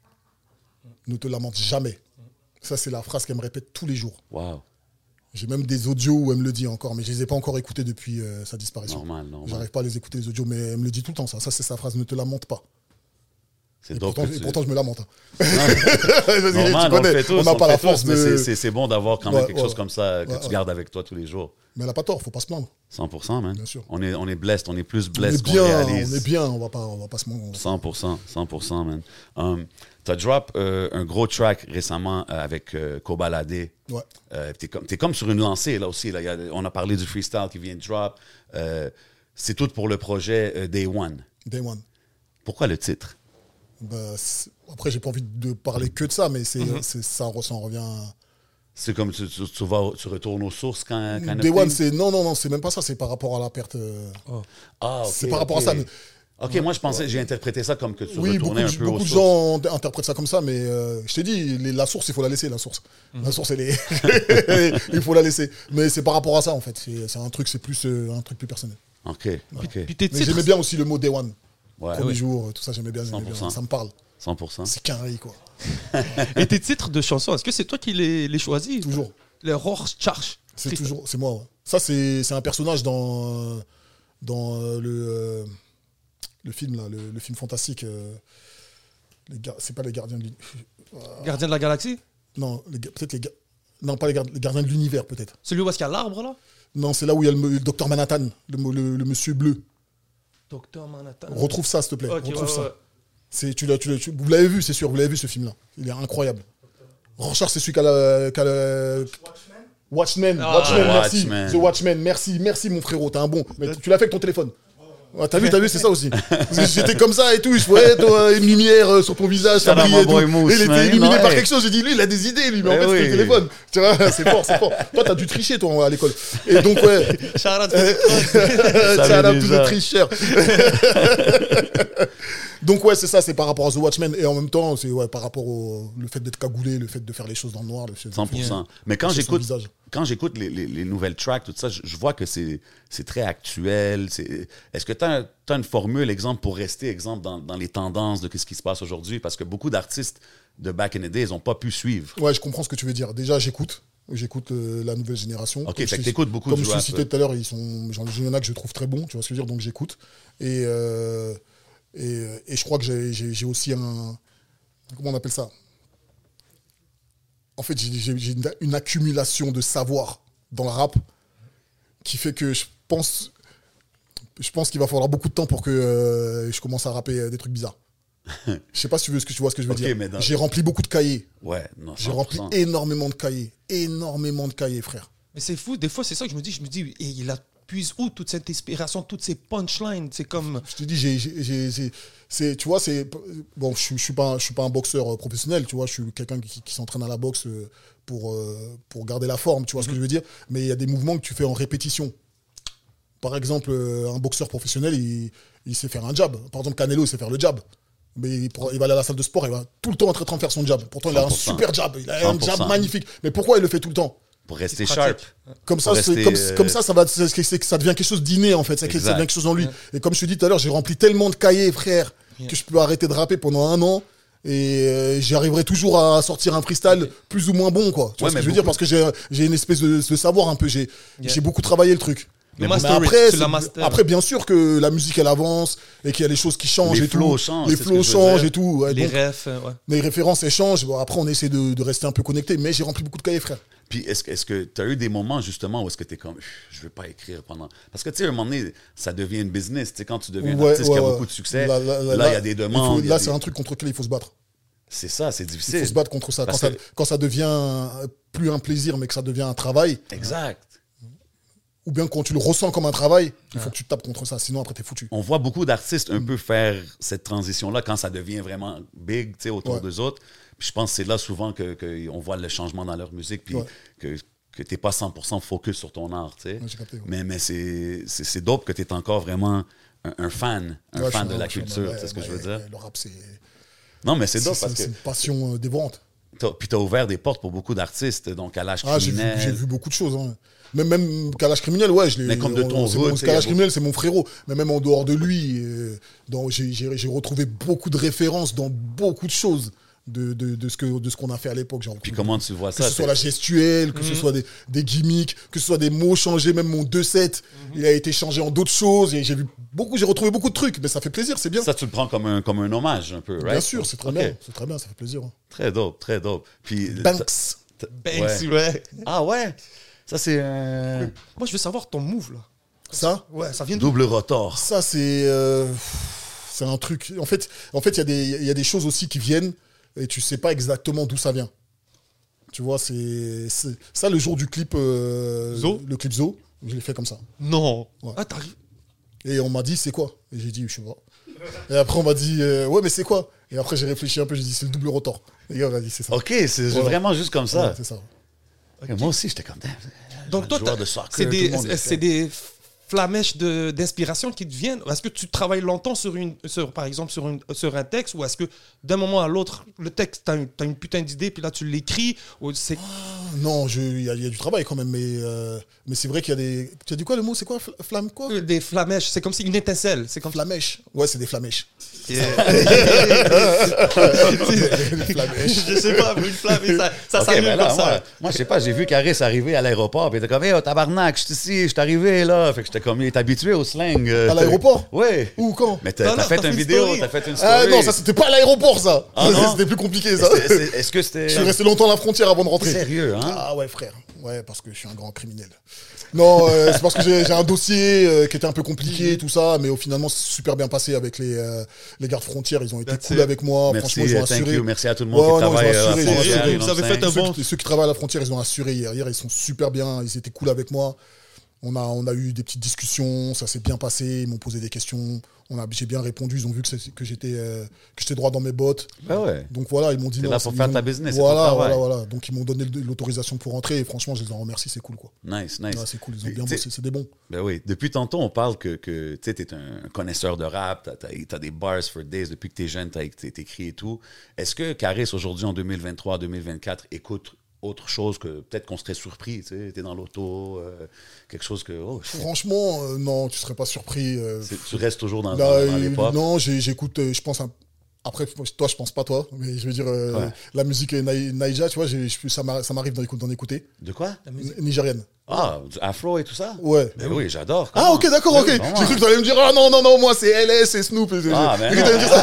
Speaker 6: Ne te lamente jamais. Ça, c'est la phrase qu'elle me répète tous les jours.
Speaker 2: Wow.
Speaker 6: J'ai même des audios où elle me le dit encore, mais je les ai pas encore écoutés depuis sa disparition.
Speaker 2: Normal.
Speaker 6: J'arrive pas à les écouter, les audios, mais elle me le dit tout le temps, ça. Ça, c'est sa phrase, ne te lamente pas.
Speaker 2: C'est
Speaker 6: Et
Speaker 2: dope
Speaker 6: pourtant,
Speaker 2: que
Speaker 6: et
Speaker 2: tu-
Speaker 6: pourtant, je me lamente. hein.
Speaker 2: Normal,
Speaker 6: Tu
Speaker 2: on le
Speaker 6: connais,
Speaker 2: fait tous,
Speaker 6: on n'a pas
Speaker 2: le
Speaker 6: la
Speaker 2: fait tous,
Speaker 6: force
Speaker 2: mais
Speaker 6: de...
Speaker 2: c'est bon d'avoir quand même
Speaker 6: Ouais,
Speaker 2: quelque chose
Speaker 6: ouais.
Speaker 2: comme ça que
Speaker 6: Ouais,
Speaker 2: tu
Speaker 6: ouais.
Speaker 2: gardes avec toi tous les jours.
Speaker 6: Mais elle n'a pas tort, faut pas se plaindre.
Speaker 2: 100%, man.
Speaker 6: Bien sûr.
Speaker 2: On est blessed, on est plus
Speaker 6: On
Speaker 2: blessed
Speaker 6: est
Speaker 2: qu'on
Speaker 6: bien,
Speaker 2: réalise.
Speaker 6: on est bien, on va pas se mentir.
Speaker 2: 100%, man. T'as drop un gros track récemment avec Kobalade.
Speaker 6: Ouais.
Speaker 2: T'es comme sur une lancée, là aussi. Là. On a parlé du freestyle qui vient de drop. C'est tout pour le projet Day One.
Speaker 6: Day One.
Speaker 2: Pourquoi le titre?
Speaker 6: Après, j'ai pas envie de parler que de ça, mais ça en revient.
Speaker 2: C'est comme tu retournes aux sources quand
Speaker 6: Day One, non, c'est même pas ça, c'est par rapport à la perte.
Speaker 2: Ah, ok.
Speaker 6: C'est par rapport à ça. Mais,
Speaker 2: ok, moi je pensais, j'ai interprété ça comme que tu
Speaker 6: oui,
Speaker 2: retournais un peu aux
Speaker 6: beaucoup de
Speaker 2: sources.
Speaker 6: gens interprètent ça comme ça, mais je t'ai dit, la source, il faut la laisser, la source. La source, elle est. Il faut la laisser. Mais c'est par rapport à ça, en fait. C'est un truc, c'est plus un truc plus personnel.
Speaker 2: Ok.
Speaker 5: Puis tes
Speaker 6: Mais
Speaker 5: titres,
Speaker 6: j'aimais bien aussi le mot Day One.
Speaker 2: Ouais.
Speaker 6: Premier jour, tout ça, j'aimais bien.
Speaker 2: 100%.
Speaker 6: Ça me parle.
Speaker 2: 100%.
Speaker 6: C'est carré, quoi.
Speaker 5: et tes titres de chansons, est-ce que c'est toi qui les choisis?
Speaker 6: Toujours.
Speaker 5: Les Rorschach.
Speaker 6: C'est moi, ouais. Ça, c'est un personnage dans le film, là, le film fantastique. C'est pas les gardiens de l'univers.
Speaker 5: Gardien de la galaxie?
Speaker 6: Non, peut-être non, pas les gardiens de l'univers, peut-être.
Speaker 5: Celui où est-ce qu'il y a l'arbre, là?
Speaker 6: Non, c'est là où il y a le docteur Manhattan, le monsieur bleu.
Speaker 5: Docteur Manhattan.
Speaker 6: Retrouve ça, s'il te plaît.
Speaker 5: Ok,
Speaker 6: Retrouve
Speaker 5: ouais,
Speaker 6: ça.
Speaker 5: ouais.
Speaker 6: Vous l'avez vu, c'est sûr, vous l'avez vu ce film-là. Il est incroyable. Rorschach, c'est celui qui a le... Watchmen, merci.
Speaker 2: Watchmen.
Speaker 6: The Watchmen, merci mon frérot, t'es un bon. Mais tu l'as fait avec ton téléphone. Ouais, t'as vu, c'est ça aussi. J'étais comme ça et tout, je voyais une lumière sur ton visage, ça brillait et tout. Il était illuminé par quelque chose, j'ai dit, lui, il a des idées, lui, mais en fait, c'était le téléphone. Tu vois, c'est fort. Toi, t'as dû tricher, toi, à l'école. Et donc, ouais.
Speaker 5: Shout out
Speaker 6: to the tricheurs. Donc, ouais, c'est ça, c'est par rapport à The Watchmen. Et en même temps, c'est par rapport au le fait d'être cagoulé, le fait de faire les choses dans le noir.
Speaker 2: 100%. Mais quand j'écoute les nouvelles tracks, tout ça, je vois que c'est très actuel. Est-ce que tu as une formule, exemple, pour rester, exemple, dans les tendances de ce qui se passe aujourd'hui? Parce que beaucoup d'artistes de back in the day, ils n'ont pas pu suivre.
Speaker 6: Ouais, je comprends ce que tu veux dire. Déjà, j'écoute la nouvelle génération.
Speaker 2: Ok, fait que t'écoutes beaucoup
Speaker 6: comme
Speaker 2: du
Speaker 6: je
Speaker 2: rap.
Speaker 6: te citais tout à l'heure, il y en a que je trouve très bons, tu vois ce que je veux dire, donc j'écoute. Et je crois que j'ai aussi un... Comment on appelle ça? En fait, j'ai une accumulation de savoir dans le rap qui fait que je pense qu'il va falloir beaucoup de temps pour que je commence à rapper des trucs bizarres. Je sais pas si tu vois ce que je veux dire. J'ai rempli beaucoup de cahiers.
Speaker 2: Ouais, non, 100%.
Speaker 6: J'ai rempli énormément de cahiers, frère.
Speaker 5: Mais c'est fou, des fois, c'est ça que je me dis, et il a puise où toute cette inspiration, toutes ces punchlines, c'est comme...
Speaker 6: Je te dis, tu vois, bon, je suis pas un boxeur professionnel, tu vois, je suis quelqu'un qui s'entraîne à la boxe pour garder la forme, tu vois ce que je veux dire, mais il y a des mouvements que tu fais en répétition. Par exemple, un boxeur professionnel, il sait faire un jab. Par exemple, Canelo, il sait faire le jab. Mais il va aller à la salle de sport, il va tout le temps être en train de faire son jab. Pourtant, il a un super jab, il a un jab magnifique. Mais pourquoi il le fait tout le temps?
Speaker 2: Pour rester sharp.
Speaker 6: Comme ça, ça devient quelque chose d'inné, en fait. Ça devient quelque chose en lui. Et comme je te dis tout à l'heure, j'ai rempli tellement de cahiers, frère, que je peux arrêter de rapper pendant 1 an. Et j'arriverai toujours à sortir un freestyle plus ou moins bon, quoi. Tu vois ce que je veux dire? Parce que j'ai une espèce de savoir un peu. J'ai beaucoup travaillé le truc. Mais après, bien sûr que la musique, elle avance et qu'il y a des choses qui changent. Les flows changent et tout. Ouais,
Speaker 5: les
Speaker 6: donc,
Speaker 5: refs, ouais.
Speaker 6: Les références, elles changent. Bon, après, on essaie de rester un peu connecté. Mais j'ai rempli beaucoup de cahiers, frère.
Speaker 2: Puis est-ce que tu as eu des moments, justement, où est-ce que tu es comme, je veux pas écrire pendant... Parce que, tu sais, à un moment donné, ça devient une business. Tu sais, quand tu deviens un artiste qui a beaucoup de succès, là, il y a des demandes.
Speaker 6: Là, c'est un truc contre lequel il faut se battre.
Speaker 2: C'est ça, c'est difficile.
Speaker 6: Il faut se battre contre ça. Quand ça devient plus un plaisir, mais que ça devient un travail.
Speaker 2: Exact.
Speaker 6: Ou bien quand tu le ressens comme un travail, il faut que tu te tapes contre ça, sinon après t'es foutu.
Speaker 2: On voit beaucoup d'artistes un peu faire cette transition-là quand ça devient vraiment big, tu sais, autour d'eux autres. Puis je pense que c'est là souvent qu'on voit le changement dans leur musique, puis que t'es pas 100% focus sur ton art, tu sais.
Speaker 6: Ouais, j'ai capté,
Speaker 2: mais c'est dope que t'es encore vraiment un fan de la culture, tu sais ce que je veux dire?
Speaker 6: Le rap, c'est...
Speaker 2: Non, mais c'est dope parce que...
Speaker 6: C'est une passion dévorante.
Speaker 2: Puis t'as ouvert des portes pour beaucoup d'artistes, donc à l'âge criminel.
Speaker 6: J'ai vu beaucoup de choses, hein. Même Kalash Criminel, ouais, je l'ai.
Speaker 2: Mais comme de ton route.
Speaker 6: Kalash Criminel, c'est mon frérot. Mais même en dehors de lui, j'ai retrouvé beaucoup de références dans beaucoup de choses de ce qu'on a fait à l'époque.
Speaker 2: Puis comment tu vois ça?
Speaker 6: Que ce soit la gestuelle, que ce soit des gimmicks, que ce soit des mots changés, même mon 2-7, il a été changé en d'autres choses. Et j'ai retrouvé beaucoup de trucs, mais ça fait plaisir, c'est bien.
Speaker 2: Ça, tu le prends comme un hommage un peu, right?
Speaker 6: Bien sûr, c'est très bien. C'est très bien, ça fait plaisir. Hein.
Speaker 2: Très dope, très dope. Puis,
Speaker 6: Banks,
Speaker 5: ouais.
Speaker 2: Ah ouais? Ça, c'est
Speaker 5: Moi, je veux savoir ton move, là.
Speaker 6: Ça?
Speaker 5: Ouais, ça vient d'où?
Speaker 2: double rotor.
Speaker 6: Ça, c'est un truc... En fait, il y a des choses aussi qui viennent et tu sais pas exactement d'où ça vient. Tu vois, c'est ça, le jour du clip... le clip Zo, je l'ai fait comme ça.
Speaker 5: Non.
Speaker 6: Ouais.
Speaker 5: Ah, t'arrives.
Speaker 6: Et on m'a dit, c'est quoi? Et j'ai dit, je sais pas. Et après, on m'a dit, ouais, mais c'est quoi? Et après, j'ai réfléchi un peu, j'ai dit, c'est le double rotor. Les gars, on m'a dit, c'est ça.
Speaker 2: OK, c'est vraiment juste comme ça.
Speaker 6: Ouais, c'est ça.
Speaker 2: Ok, moi aussi, j'étais comme damn.
Speaker 5: Donc toi,
Speaker 2: joueur de soccer,
Speaker 5: c'est
Speaker 2: tout le monde le
Speaker 5: c'est des flamèches d'inspiration qui te viennent. Est-ce que tu travailles longtemps par exemple sur un texte, ou est-ce que d'un moment à l'autre, le texte, t'as une putain d'idée, puis là tu l'écris, ou c'est...
Speaker 6: Non, il y a du travail quand même, mais c'est vrai qu'il y a des... Tu as dit quoi le mot? C'est quoi? Flamme quoi?
Speaker 5: Des flamèches, c'est comme si une étincelle. C'est comme
Speaker 6: Flamèche. Ouais, c'est des flamèches.
Speaker 5: Je sais pas, une flamme, ça
Speaker 2: OK,
Speaker 5: s'allume
Speaker 2: ben là,
Speaker 5: comme ça.
Speaker 2: moi, je sais pas, j'ai vu Caris arriver à l'aéroport, puis il était comme, hey, oh, tabarnak, je suis ici, je suis arrivé là. Fait que j'étais comme, il est habitué au slang.
Speaker 6: À l'aéroport?
Speaker 2: Oui.
Speaker 6: Où, quand?
Speaker 2: Mais
Speaker 5: Non,
Speaker 2: t'as fait
Speaker 5: t'as
Speaker 2: une
Speaker 5: fait une
Speaker 2: vidéo,
Speaker 5: story.
Speaker 2: t'as fait une story.
Speaker 6: Ah non, ça c'était pas à l'aéroport, ça.
Speaker 2: Ah, non?
Speaker 6: C'était plus compliqué, ça.
Speaker 2: Est-ce que c'était.
Speaker 6: Je suis resté longtemps à la frontière avant de rentrer.
Speaker 2: Sérieux, hein?
Speaker 6: Ah ouais, frère. Ouais, parce que je suis un grand criminel. Non, c'est parce que j'ai un dossier qui était un peu compliqué, tout ça, mais au finalement, c'est super bien passé avec les gardes frontières. Ils ont été
Speaker 5: That's
Speaker 6: cool
Speaker 5: it.
Speaker 6: avec moi.
Speaker 2: Merci,
Speaker 6: Franchement, ils ont
Speaker 2: thank
Speaker 6: assuré.
Speaker 2: you. Merci à tout le monde
Speaker 6: Ouais,
Speaker 2: qui
Speaker 6: non,
Speaker 2: travaille
Speaker 6: ils ont
Speaker 2: à la
Speaker 6: assuré, ils ont
Speaker 2: frontière.
Speaker 6: assuré.
Speaker 5: Vous avez fait un bon...
Speaker 6: Ceux qui travaillent à la frontière, ils ont assuré hier. Hier, ils sont super bien. Ils étaient cool avec moi. On a eu des petites discussions. Ça s'est bien passé. Ils m'ont posé des questions. J'ai bien répondu. Ils ont vu que j'étais droit dans mes bottes.
Speaker 2: Ben ouais.
Speaker 6: Donc voilà, ils m'ont dit
Speaker 2: T'es
Speaker 6: non.
Speaker 2: là pour faire ta business, c'est
Speaker 6: Voilà,
Speaker 2: ton travail.
Speaker 6: voilà. Donc ils m'ont donné l'autorisation pour rentrer. Et franchement, je les en remercie. C'est cool, quoi.
Speaker 2: Nice.
Speaker 6: Ouais, c'est cool. Ils ont
Speaker 2: Et
Speaker 6: bien
Speaker 2: t'sais-
Speaker 6: bossé. C'est des bons.
Speaker 2: Ben oui. Depuis tantôt, on parle que tu sais, t'es un connaisseur de rap, t'as des bars for days depuis que t'es jeune, t'as écrit et tout. Est-ce que Caris, aujourd'hui, en 2023, 2024, écoute autre chose que peut-être qu'on serait surpris, tu sais, t'es dans l'auto, quelque chose que... Oh, shit.
Speaker 6: Franchement, non, tu serais pas surpris.
Speaker 2: Tu restes toujours dans les pop.
Speaker 6: Non, j'écoute, je pense, après, toi, je pense pas toi, mais je veux dire,
Speaker 2: Ouais.
Speaker 6: la musique Naija, tu vois, ça m'arrive d'en écouter.
Speaker 2: De quoi?
Speaker 6: Nigérienne.
Speaker 2: Ah, du afro et tout ça?
Speaker 6: Ouais.
Speaker 2: Ben oui, j'adore.
Speaker 6: Ah, ok, d'accord, ok.
Speaker 2: Ben
Speaker 6: J'ai
Speaker 2: oui,
Speaker 6: cru que tu allais me dire, ah non, moi, c'est LS, c'est Snoop.
Speaker 2: Ah,
Speaker 6: J'ai
Speaker 2: ben
Speaker 6: cru que t'allais me dire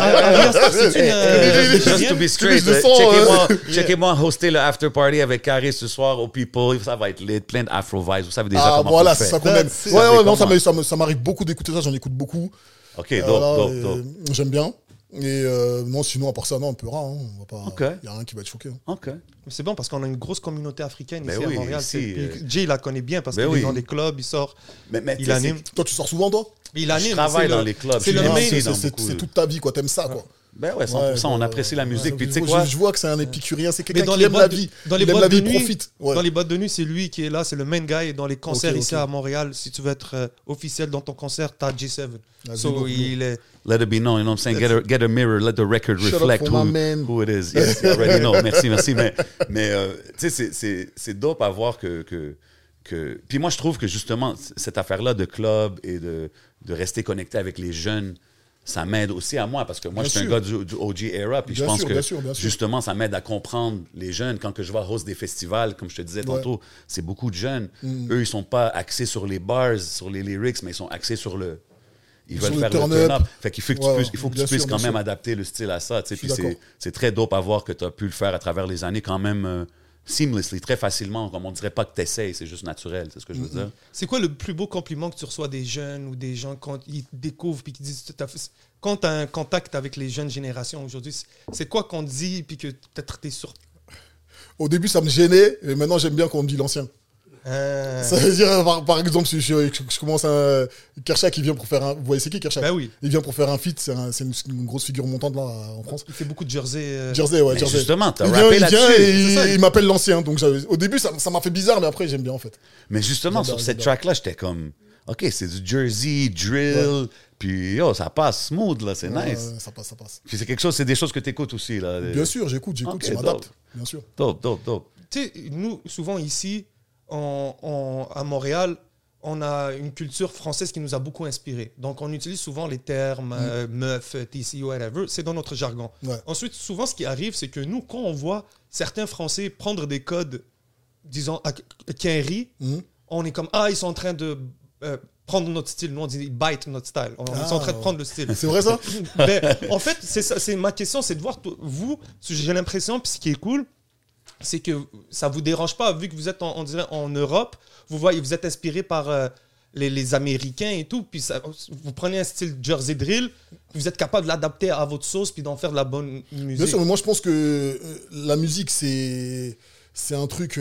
Speaker 6: ça.
Speaker 2: Just to be straight,
Speaker 6: Plus de son,
Speaker 2: checkez-moi hoster le after party avec Caris ce soir au People. Ça va être lit, plein d'afro vibes. Vous savez déjà
Speaker 6: Ah,
Speaker 2: comment
Speaker 6: voilà,
Speaker 2: on
Speaker 6: c'est
Speaker 2: fait.
Speaker 6: ça qu'on aime.
Speaker 5: That's it.
Speaker 6: Ouais, non,
Speaker 2: Comment?
Speaker 6: ça m'arrive beaucoup d'écouter ça, j'en écoute beaucoup.
Speaker 2: OK,
Speaker 6: Voilà,
Speaker 2: dope.
Speaker 6: J'aime bien. Et non, sinon, à part ça, non, on peut rien. Hein. On va pas.
Speaker 2: Ok.
Speaker 6: Il y a rien qui va être choqué. Hein.
Speaker 2: OK.
Speaker 5: C'est bon parce qu'on a une grosse communauté africaine
Speaker 2: Ben
Speaker 5: ici
Speaker 2: oui,
Speaker 5: à Montréal.
Speaker 2: ici,
Speaker 5: Puis Jay la connaît bien parce
Speaker 2: ben
Speaker 5: qu'il
Speaker 2: oui.
Speaker 5: est dans des clubs, il sort,
Speaker 2: Mais
Speaker 5: il anime.
Speaker 6: Toi, tu sors souvent, toi?
Speaker 5: Il
Speaker 2: Je
Speaker 5: anime.
Speaker 2: travaille
Speaker 5: c'est
Speaker 2: dans
Speaker 5: le-
Speaker 2: les clubs.
Speaker 5: C'est
Speaker 2: Je
Speaker 5: le
Speaker 2: suis
Speaker 5: main.
Speaker 2: lancé dans beaucoup
Speaker 6: C'est
Speaker 2: de-
Speaker 6: toute ta vie, quoi. T'aimes ça, quoi.
Speaker 2: Ben ouais, 100%, on apprécie la musique. Puis tu sais quoi?
Speaker 6: Je vois que c'est un épicurien, c'est
Speaker 5: Mais
Speaker 6: quelqu'un
Speaker 5: dans
Speaker 6: qui
Speaker 5: les
Speaker 6: aime la
Speaker 5: boîtes
Speaker 6: vie.
Speaker 5: dans les
Speaker 6: Il aime la
Speaker 5: boîtes
Speaker 6: vie,
Speaker 5: de
Speaker 6: il
Speaker 5: nuit,
Speaker 6: profite. Ouais.
Speaker 5: dans les boîtes de nuit, c'est lui qui est là, c'est le main guy. Et dans les concerts
Speaker 6: Ok,
Speaker 5: ici
Speaker 6: ok.
Speaker 5: à Montréal, si tu veux être officiel dans ton concert, t'as J7.
Speaker 6: Ah,
Speaker 5: So,
Speaker 6: dis-donc,
Speaker 5: il est...
Speaker 2: Let it be known, you know what I'm saying? Get a mirror, let the record
Speaker 6: Shut up
Speaker 2: reflect
Speaker 6: for my man.
Speaker 2: who it is. Yes, you already know. Merci. Mais tu sais, c'est dope à voir que... Puis moi, je trouve que justement, cette affaire-là de club et de rester connecté avec les jeunes, ça m'aide aussi à moi, parce que moi,
Speaker 6: Bien
Speaker 2: je suis un
Speaker 6: sûr.
Speaker 2: gars du OG era, puis je
Speaker 6: Bien
Speaker 2: pense
Speaker 6: sûr,
Speaker 2: que
Speaker 6: bien sûr, bien sûr.
Speaker 2: justement, ça m'aide à comprendre les jeunes. Quand que je vais host des festivals, comme je te disais tantôt, c'est beaucoup de jeunes. Eux, ils sont pas axés sur les bars, sur les lyrics, mais ils sont axés sur le... Ils veulent
Speaker 6: Sur le
Speaker 2: faire le
Speaker 6: turn-up.
Speaker 2: turn-up. Fait qu'il faut que
Speaker 6: Ouais,
Speaker 2: il faut que
Speaker 6: bien
Speaker 2: tu puisses
Speaker 6: sûr,
Speaker 2: quand
Speaker 6: bien
Speaker 2: même
Speaker 6: sûr.
Speaker 2: adapter le style à ça. Tu sais.
Speaker 6: Je suis
Speaker 2: Puis
Speaker 6: d'accord.
Speaker 2: c'est très dope à voir que tu as pu le faire à travers les années quand même seamlessly, très facilement. Comme on dirait pas que tu essayes, c'est juste naturel. C'est ce que je veux dire.
Speaker 5: C'est quoi le plus beau compliment que tu reçois des jeunes ou des gens quand ils te découvrent puis qu'ils disent... Quand tu as un contact avec les jeunes générations aujourd'hui, c'est quoi qu'on te dit puis que peut-être t'es sur...
Speaker 6: Au début, ça me gênait, et maintenant, j'aime bien quand on me dit l'ancien. Ça veut dire, par exemple, si je commence un. Kershak, il vient pour faire un. Vous voyez, c'est qui Kershak?
Speaker 5: Ben oui.
Speaker 6: Il vient pour faire un feat, c'est une grosse figure montante là en France.
Speaker 5: Il fait beaucoup de jersey.
Speaker 6: Jersey, ouais,
Speaker 2: Mais
Speaker 6: Jersey.
Speaker 2: justement, t'as
Speaker 6: Il vient,
Speaker 2: rappé
Speaker 6: il vient
Speaker 2: là-dessus.
Speaker 6: et
Speaker 5: C'est ça.
Speaker 6: il m'appelle l'ancien. Donc, au début, ça m'a fait bizarre, mais après, j'aime bien en fait.
Speaker 2: Mais justement,
Speaker 6: J'adore,
Speaker 2: sur cette
Speaker 6: j'adore.
Speaker 2: track-là, j'étais comme, OK, c'est du Jersey, drill, puis yo, ça passe smooth, là, c'est
Speaker 6: Ouais,
Speaker 2: nice.
Speaker 6: ça passe, ça passe.
Speaker 2: Puis c'est des choses que tu écoutes aussi, là.
Speaker 6: Bien sûr, j'écoute,
Speaker 2: Ok,
Speaker 6: je m'adapte. Bien sûr.
Speaker 2: Dope.
Speaker 5: Tu sais, nous, souvent ici, à Montréal, on a une culture française qui nous a beaucoup inspiré. Donc, on utilise souvent les termes meuf, TC, whatever. C'est dans notre jargon.
Speaker 6: Ouais.
Speaker 5: Ensuite, souvent, ce qui arrive, c'est que nous, quand on voit certains Français prendre des codes, disons, Quinry, on est comme, ils sont en train de prendre notre style. Nous, on dit, ils bite notre style. Ils sont en train de prendre le style.
Speaker 6: C'est vrai ça?
Speaker 5: Ben, en fait, c'est ma question, c'est de voir, vous, j'ai l'impression, puis ce qui est cool, c'est que ça vous dérange pas, vu que vous êtes, on dirait, en Europe, vous êtes inspiré par les Américains et tout, puis vous prenez un style Jersey Drill, vous êtes capable de l'adapter à votre sauce, puis d'en faire de la bonne musique.
Speaker 6: Bien sûr, mais moi je pense que la musique, c'est un truc.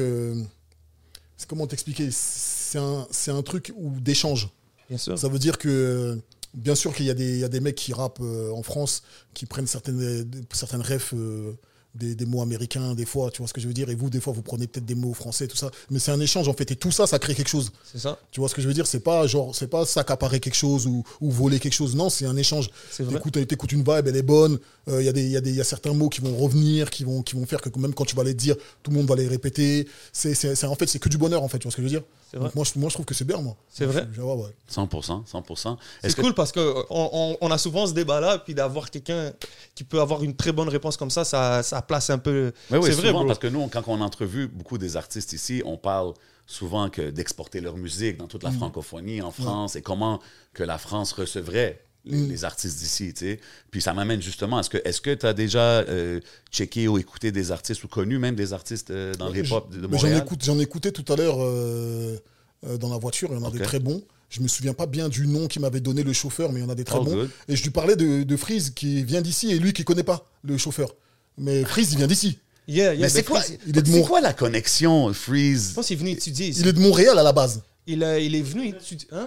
Speaker 6: Comment t'expliquer? C'est un truc d'échange.
Speaker 5: Bien sûr.
Speaker 6: Ça veut dire que Bien sûr qu'il y a des mecs qui rappent en France, qui prennent certaines refs des mots américains, des fois, tu vois ce que je veux dire. Et vous, des fois, vous prenez peut-être des mots français, tout ça. Mais c'est un échange, en fait. Et tout ça, ça crée quelque chose.
Speaker 5: C'est ça.
Speaker 6: Tu vois ce que je veux dire? C'est pas s'accaparer quelque chose ou voler quelque chose. Non, c'est un échange.
Speaker 5: C'est vrai.
Speaker 6: T'écoutes une vibe, elle est bonne. Il y a certains mots qui vont revenir, qui vont faire que même quand tu vas les dire, tout le monde va les répéter. En fait, c'est que du bonheur, en fait. Tu vois ce que je veux dire?
Speaker 5: C'est vrai.
Speaker 6: Donc moi, je trouve que c'est bien, moi.
Speaker 5: C'est vrai.
Speaker 6: Ouais.
Speaker 2: 100%.
Speaker 5: C'est cool parce qu'on a souvent ce débat-là, puis d'avoir quelqu'un qui peut avoir une très bonne réponse comme ça place un peu.
Speaker 2: Oui,
Speaker 5: c'est
Speaker 2: souvent,
Speaker 5: vrai, bro.
Speaker 2: parce que nous, quand on entrevue beaucoup des artistes ici, on parle souvent d'exporter leur musique dans toute la francophonie, en France, et comment que la France recevrait les artistes d'ici, tu sais. Puis ça m'amène justement, est-ce que tu as déjà checké ou écouté des artistes ou connu même des artistes dans le hip-hop de Montréal?
Speaker 6: J'en ai écouté tout à l'heure dans la voiture, il y en a des très bons. Je me souviens pas bien du nom qu'il m'avait donné le chauffeur, mais il y en a des très bons.
Speaker 2: Good.
Speaker 6: Et je lui parlais de Freeze qui vient d'ici et lui qui connaît pas le chauffeur. Mais Freeze, il vient d'ici.
Speaker 2: Mais c'est quoi, la connexion, Freeze?
Speaker 5: Je pense qu'il est venu étudier ici.
Speaker 6: Il est de Montréal à la base.
Speaker 5: Il est venu étudier. Hein?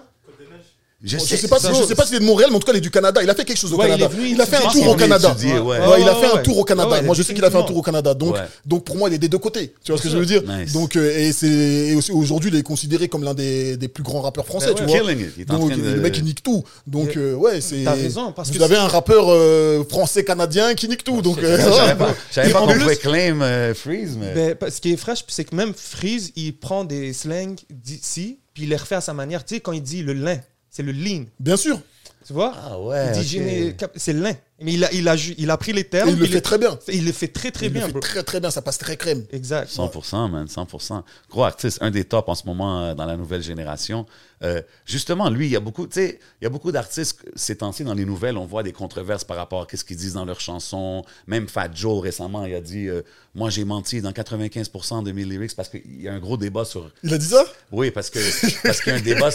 Speaker 6: Je sais pas s'il est de Montréal, mais en tout cas, il est du Canada. Il a fait quelque chose au Canada. Il a fait un tour au Canada. Il a fait un tour au Canada. Moi, je sais qu'il a fait un tour au Canada. Donc pour moi, il est des deux côtés. Tu vois ce que je veux dire? Donc, et aussi, aujourd'hui, il est considéré comme l'un des plus grands rappeurs français. Tu vois? Donc, le mec, il nique tout. Donc, ouais, c'est.
Speaker 5: T'as raison.
Speaker 6: Vous avez un rappeur français-canadien qui nique tout. Donc,
Speaker 2: je savais pas qu'on pouvait claim Freeze.
Speaker 5: Ce qui est fraîche, c'est que même Freeze, il prend des slangs d'ici, puis il les refait à sa manière. Tu sais, quand il dit le lin. C'est le lean.
Speaker 6: Bien sûr.
Speaker 5: Tu vois?
Speaker 2: Ah ouais.
Speaker 5: Il dit c'est le lin. Mais il a pris les termes.
Speaker 6: Et il le fait très bien.
Speaker 5: Il le fait très bien.
Speaker 6: Il le fait très bien. Ça passe très crème.
Speaker 5: Exact.
Speaker 2: 100%, man. 100%. Gros artiste, un des tops en ce moment dans la nouvelle génération. Justement, lui, il y a beaucoup d'artistes ces temps-ci dans les nouvelles. On voit des controverses par rapport à ce qu'ils disent dans leurs chansons. Même Fat Joe, récemment, il a dit moi, j'ai menti dans 95% de mes lyrics parce qu'il y a un gros débat sur.
Speaker 6: Il a dit ça?
Speaker 2: Oui, parce qu'il y a un débat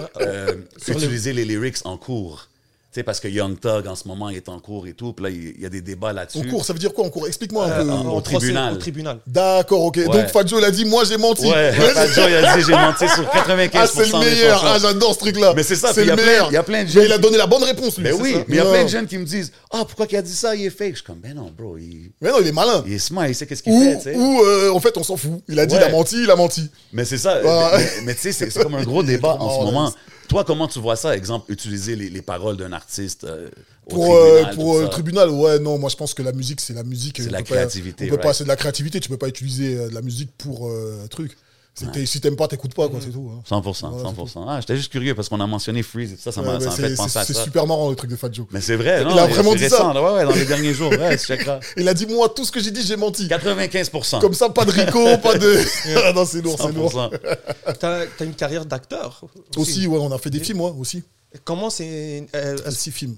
Speaker 2: sur utiliser les lyrics en cours. Tu sais, parce que Young Thug, en ce moment, il est en cours et tout. Puis là, il y a des débats là-dessus.
Speaker 6: En cours, ça veut dire quoi en cours? Explique-moi un peu.
Speaker 2: Au tribunal.
Speaker 5: Au tribunal.
Speaker 6: D'accord, ok. Ouais. Donc, Fat Joe, il a dit, moi, j'ai menti.
Speaker 2: Ouais, Fat Joe, il a dit, j'ai menti sur 95%
Speaker 6: ah, c'est le meilleur. Ah, j'adore ce truc-là.
Speaker 2: Mais c'est ça.
Speaker 6: C'est le meilleur.
Speaker 2: Il y a plein de jeunes.
Speaker 6: Mais il a donné la bonne réponse, lui.
Speaker 2: Mais oui, mais il y a plein de jeunes qui me disent, pourquoi qu'il a dit ça? Il est fake. Je suis comme, ben non, bro.
Speaker 6: Mais non, il est malin.
Speaker 2: Il est smart, il sait qu'est-ce qu'il fait, tu sais.
Speaker 6: Ou, en fait, on s'en fout. Il a dit, il a menti.
Speaker 2: Mais c'est ça. Mais tu sais, c'est comme un gros débat en ce moment. Toi, comment tu vois ça, exemple, utiliser les paroles d'un artiste
Speaker 6: pour le tribunal, ouais, non, moi je pense que la musique, c'est la musique.
Speaker 2: C'est la créativité.
Speaker 6: C'est de la créativité, tu peux pas utiliser de la musique pour un truc. Si t'aimes pas, t'écoutes pas, quoi, c'est tout. Hein.
Speaker 2: 100%. Ah, j'étais juste curieux parce qu'on a mentionné Freeze et tout ça, ça m'a fait penser à ça.
Speaker 6: C'est super marrant le truc de Fat Joe.
Speaker 2: Mais c'est vrai, non?
Speaker 6: Il a vraiment dit
Speaker 2: récent,
Speaker 6: ça.
Speaker 2: Ouais, dans les derniers jours, ouais, c'est chakra.
Speaker 6: Il a dit, moi, tout ce que j'ai dit, j'ai menti.
Speaker 2: 95%.
Speaker 6: Comme ça, pas de Rico, pas de. Non, c'est lourd, c'est lourd.
Speaker 5: T'as une carrière d'acteur
Speaker 6: aussi, ouais, on a fait des films, ouais, aussi.
Speaker 5: Comment c'est
Speaker 6: 6 films.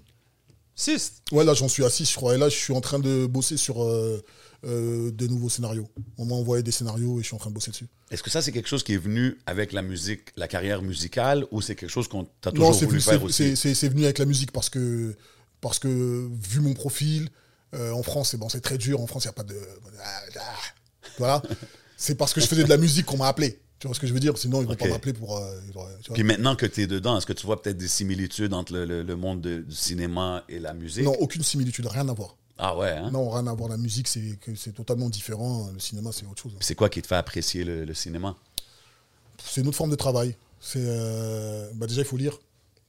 Speaker 5: 6?
Speaker 6: Ouais, là, j'en suis à 6, je crois. Et là, je suis en train de bosser sur des nouveaux scénarios. On m'a envoyé des scénarios et je suis en train de bosser dessus.
Speaker 2: Est-ce que ça, c'est quelque chose qui est venu avec la musique, la carrière musicale, ou c'est quelque chose qu'on t'a toujours voulu faire aussi?
Speaker 6: Non, c'est venu avec la musique parce que vu mon profil, en France, c'est très dur. En France, il n'y a pas de... Voilà. C'est parce que je faisais de la musique qu'on m'a appelé. Tu vois ce que je veux dire? Sinon, ils ne vont pas m'appeler pour...
Speaker 2: Puis maintenant que tu es dedans, est-ce que tu vois peut-être des similitudes entre le monde du cinéma et la musique?
Speaker 6: Non, aucune similitude, rien à voir.
Speaker 2: Ah ouais, hein?
Speaker 6: Non, rien à voir. La musique, c'est totalement différent. Le cinéma, c'est autre chose.
Speaker 2: C'est quoi qui te fait apprécier le cinéma?
Speaker 6: C'est une autre forme de travail. Déjà, il faut lire.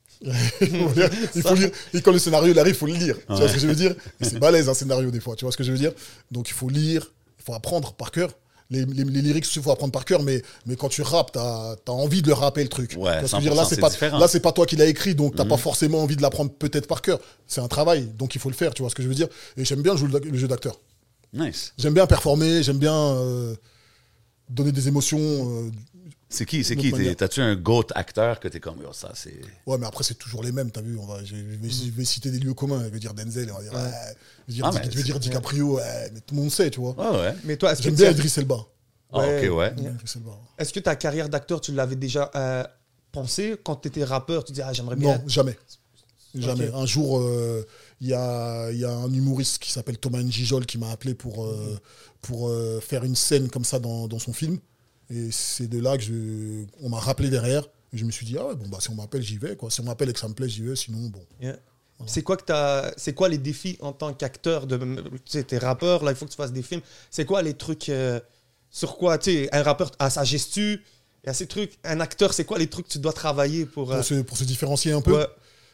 Speaker 6: Il faut lire. Et quand le scénario il arrive, il faut le lire. Tu vois ce que je veux dire? Et c'est balèze un scénario des fois. Tu vois ce que je veux dire? Donc il faut lire, il faut apprendre par cœur. Les lyrics, il faut apprendre par cœur, mais quand tu rappes, t'as envie de le rapper le truc.
Speaker 2: Ouais,
Speaker 6: tu vois ce que je veux dire? Là, c'est pas toi qui l'as écrit, donc t'as pas forcément envie de l'apprendre peut-être par cœur. C'est un travail, donc il faut le faire. Tu vois ce que je veux dire? Et j'aime bien jouer le jeu d'acteur.
Speaker 2: Nice.
Speaker 6: J'aime bien performer, j'aime bien donner des émotions.
Speaker 2: C'est qui? T'as-tu un GOAT acteur que t'es comme ça? C'est...
Speaker 6: Ouais, mais après, c'est toujours les mêmes, t'as vu? Je vais citer des lieux communs. Je vais dire Denzel, on va dire, je vais dire DiCaprio, mais tout le monde sait, tu vois.
Speaker 2: Ouais.
Speaker 5: Mais toi,
Speaker 6: j'aime bien Idriss Elba.
Speaker 2: Ouais. Ok, ouais.
Speaker 5: Est-ce que ta carrière d'acteur, tu l'avais déjà pensé quand t'étais rappeur? Tu dis, j'aimerais bien.
Speaker 6: Non, jamais.
Speaker 5: Okay.
Speaker 6: Un jour, il y a un humoriste qui s'appelle Thomas Njijol qui m'a appelé pour faire une scène comme ça dans son film. Et c'est de là que on m'a rappelé derrière. Et je me suis dit, ah ouais, bon, bah, si on m'appelle, j'y vais, quoi. Si on m'appelle et que ça me plaît, j'y vais, sinon, bon.
Speaker 5: Yeah. C'est quoi les défis en tant qu'acteur tu sais, t'es rappeur, là, il faut que tu fasses des films. C'est quoi les trucs sur quoi, tu sais, un rappeur a sa gestu, il y a ces trucs. Un acteur, c'est quoi les trucs que tu dois travailler pour
Speaker 6: se différencier un peu.
Speaker 5: Ouais.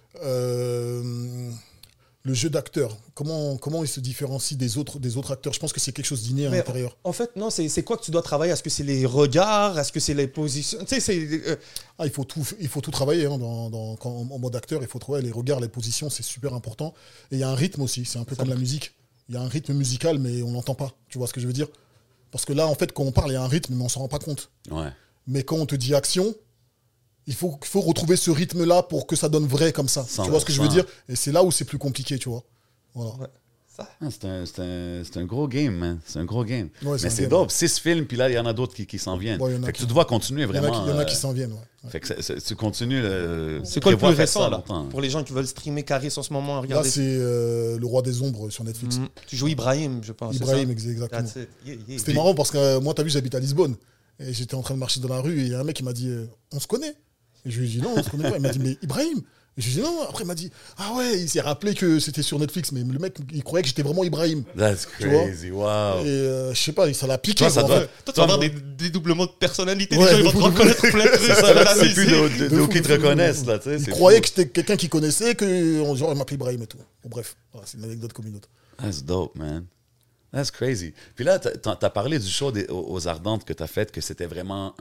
Speaker 6: Le jeu d'acteur, comment il se différencie des autres acteurs? Je pense que c'est quelque chose d'inné à l'intérieur.
Speaker 5: En fait, non, c'est quoi que tu dois travailler? Est-ce que c'est les regards? Est-ce que c'est les positions? Tu sais, c'est...
Speaker 6: Il faut tout travailler hein, en mode acteur. Il faut trouver les regards, les positions, c'est super important. Et il y a un rythme aussi, c'est un peu comme la musique. Il y a un rythme musical, mais on l'entend pas. Tu vois ce que je veux dire? Parce que là, en fait, quand on parle, il y a un rythme, mais on s'en rend pas compte.
Speaker 2: Ouais.
Speaker 6: Mais quand on te dit action, il faut retrouver ce rythme-là pour que ça donne vrai comme ça.
Speaker 2: 100%.
Speaker 6: Tu vois ce que je veux dire? Et c'est là où c'est plus compliqué, tu vois. Voilà.
Speaker 5: Ouais. Ça.
Speaker 2: C'est un gros game, man. C'est un gros game.
Speaker 6: Ouais,
Speaker 2: mais c'est dope. 6 films, puis là, il y en a d'autres qui s'en viennent.
Speaker 6: Ouais,
Speaker 2: fait que tu dois continuer vraiment.
Speaker 6: Il y en a qui s'en viennent, ouais.
Speaker 2: Fait que tu continues.
Speaker 5: C'est quoi le plus
Speaker 2: prévois faire
Speaker 5: récent,
Speaker 2: ça
Speaker 5: là?
Speaker 2: longtemps.
Speaker 5: Pour les gens qui veulent streamer Caris en ce moment,
Speaker 6: Là,
Speaker 5: regardez.
Speaker 6: c'est Le Roi des Ombres sur Netflix.
Speaker 5: Tu joues Ibrahim, je pense.
Speaker 6: Ibrahim,
Speaker 5: c'est ça?
Speaker 6: exactement.
Speaker 5: That's it. Yeah.
Speaker 6: C'était marrant parce que moi, t'as vu, j'habite à Lisbonne. Et j'étais en train de marcher dans la rue et il y a un mec qui m'a dit on se connaît? Et je lui ai dit non, on se connaît pas. Il m'a dit mais Ibrahim? Et je lui ai dit non. Après, il m'a dit ah ouais, il s'est rappelé que c'était sur Netflix. Mais le mec, il croyait que j'étais vraiment Ibrahim.
Speaker 2: That's
Speaker 6: Tu vois?
Speaker 2: crazy, wow.
Speaker 6: Et je sais pas, ça l'a piqué.
Speaker 2: Toi, ça
Speaker 6: quoi, en
Speaker 2: doit-
Speaker 6: fait.
Speaker 5: Toi, tu vas avoir des dédoublements de personnalité.
Speaker 6: Ouais,
Speaker 5: Les gens, ils vont te reconnaître plein de trucs.
Speaker 2: C'est ça, là, c'est plus d'où
Speaker 6: fou,
Speaker 2: qui te
Speaker 6: de fou.
Speaker 2: reconnaissent, là, tu sais.
Speaker 6: Il
Speaker 2: c'est
Speaker 6: croyait
Speaker 2: fou.
Speaker 6: que j'étais quelqu'un qu'il connaissait, que genre, il m'appelait Ibrahim et tout. Bon, bref, voilà, c'est une anecdote comme une autre.
Speaker 2: That's dope, man. That's crazy. Puis là, t'as parlé du show aux Ardentes que t'as fait, que c'était vraiment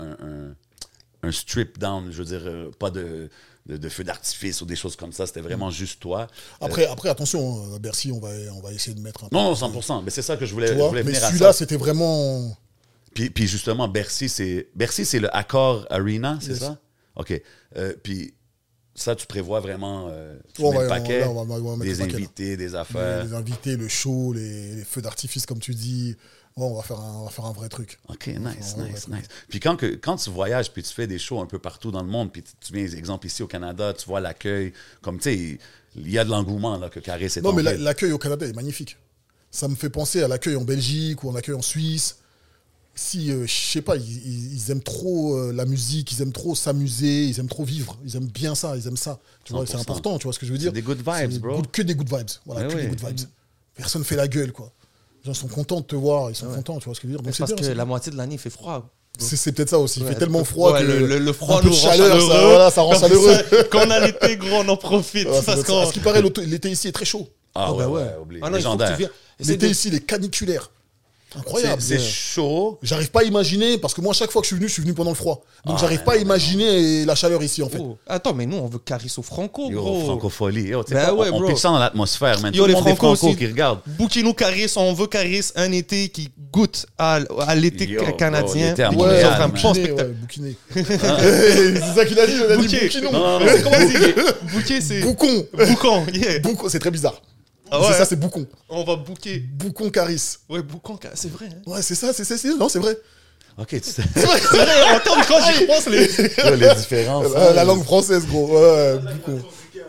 Speaker 2: un strip down, je veux dire, pas de feu d'artifice ou des choses comme ça, c'était vraiment juste toi.
Speaker 6: Après, attention, à Bercy, on va essayer de mettre un peu.
Speaker 2: Non, 100%, mais c'est ça que je voulais,
Speaker 6: Tu
Speaker 2: je
Speaker 6: vois,
Speaker 2: voulais
Speaker 6: mais
Speaker 2: venir à
Speaker 6: celui-là,
Speaker 2: ça.
Speaker 6: c'était vraiment.
Speaker 2: Puis justement, Bercy, c'est le Accor Arena, c'est
Speaker 6: Yes.
Speaker 2: ça? OK. Puis ça, tu prévois vraiment tu
Speaker 6: On
Speaker 2: mets
Speaker 6: va-
Speaker 2: le paquet,
Speaker 6: on va mettre
Speaker 2: des
Speaker 6: le paquet, là.
Speaker 2: invités, des affaires.
Speaker 6: Les invités, le show, les feux d'artifice, comme tu dis. Ouais, on va faire un vrai truc.
Speaker 2: OK,
Speaker 6: On va
Speaker 2: nice,
Speaker 6: faire un vrai
Speaker 2: nice,
Speaker 6: truc.
Speaker 2: nice. Puis quand tu voyages, puis tu fais des shows un peu partout dans le monde, puis tu viens, exemple, ici au Canada, tu vois l'accueil, comme, tu sais, il y a de l'engouement, là, que Caris est
Speaker 6: Non, mais
Speaker 2: tombé.
Speaker 6: l'accueil au Canada est magnifique. Ça me fait penser à l'accueil en Belgique ou en accueil en Suisse. Si, je sais pas, ils aiment trop la musique, ils aiment trop s'amuser, ils aiment trop vivre, ils aiment bien ça, ils aiment ça. Tu vois, c'est
Speaker 2: 100%.
Speaker 6: important, tu vois ce que je veux dire?
Speaker 2: C'est des good vibes,
Speaker 6: C'est
Speaker 2: bro.
Speaker 6: que des good vibes. Voilà,
Speaker 2: Ouais,
Speaker 6: que
Speaker 2: ouais.
Speaker 6: des good vibes. Personne fait la gueule, quoi. Les gens sont contents de te voir, ils sont contents, tu vois ce que je veux dire?
Speaker 5: Mais
Speaker 6: Donc
Speaker 5: c'est parce
Speaker 6: bien,
Speaker 5: que
Speaker 6: c'est
Speaker 5: la
Speaker 6: bien.
Speaker 5: moitié de l'année, il fait froid.
Speaker 6: C'est peut-être ça aussi. Il
Speaker 5: Ouais,
Speaker 6: fait tellement froid
Speaker 5: ouais,
Speaker 6: que
Speaker 5: le froid
Speaker 6: un peu
Speaker 5: nous
Speaker 6: de
Speaker 5: rend
Speaker 6: chaleur, ça,
Speaker 5: chaleureux.
Speaker 6: voilà, ça rend
Speaker 5: Comme
Speaker 6: chaleureux.
Speaker 5: ça, quand on a l'été, gros, on en profite.
Speaker 6: Ouais, ça
Speaker 5: parce
Speaker 6: doit être ça. À
Speaker 5: qu'on...
Speaker 6: ce qui paraît, l'été ici est très chaud.
Speaker 2: Ah ouais,
Speaker 5: bah
Speaker 2: ouais, oublie.
Speaker 5: Ah non, il faut que tu
Speaker 2: Légendaire.
Speaker 5: viennes. Essaie
Speaker 6: L'été
Speaker 5: de-
Speaker 6: ici, il est caniculaire. Incroyable.
Speaker 2: C'est chaud.
Speaker 6: J'arrive pas à imaginer, parce que moi, chaque fois que je suis venu pendant le froid. Donc,
Speaker 2: Ah,
Speaker 6: j'arrive pas à imaginer la chaleur ici, en fait.
Speaker 5: Oh. Attends, mais nous, on veut Caris au Franco,
Speaker 2: Yo,
Speaker 5: gros.
Speaker 2: francophonie. Yo, tu sais
Speaker 5: Ben
Speaker 2: quoi,
Speaker 5: ouais,
Speaker 2: on
Speaker 5: bro.
Speaker 2: pitch ça dans l'atmosphère, man.
Speaker 5: Yo,
Speaker 2: Tout le
Speaker 5: les
Speaker 2: monde des
Speaker 5: Franco
Speaker 2: Franco
Speaker 5: aussi.
Speaker 2: qui regardent.
Speaker 5: Bouquez-nous Caris, on veut Caris un été qui goûte à l'été
Speaker 2: Yo, bro,
Speaker 5: canadien.
Speaker 2: l'été à
Speaker 5: Puis qui
Speaker 2: Montréal,
Speaker 5: nous offre un
Speaker 2: man.
Speaker 5: bon
Speaker 6: Bouquiné,
Speaker 5: spectacle.
Speaker 6: ouais, bouquiné. C'est ça qu'il a dit, il a dit
Speaker 5: Bouquet.
Speaker 6: bouquinon.
Speaker 2: Non, non,
Speaker 5: Mais comment on dit Bouquet, c'est...
Speaker 6: Boucon.
Speaker 5: Boucan, yeah.
Speaker 6: Boucon, c'est très bizarre.
Speaker 5: Ah ouais.
Speaker 6: C'est ça, c'est boucon.
Speaker 5: On va bouquer.
Speaker 6: Boucon Caris.
Speaker 5: Ouais, Boucan, c'est vrai. Hein.
Speaker 6: Ouais, c'est ça, non, c'est vrai.
Speaker 2: OK, tu sais.
Speaker 5: C'est vrai, en termes, quand j'y repense, les...
Speaker 2: Yo, les différences.
Speaker 6: La langue française, gros. Ouais, boucon.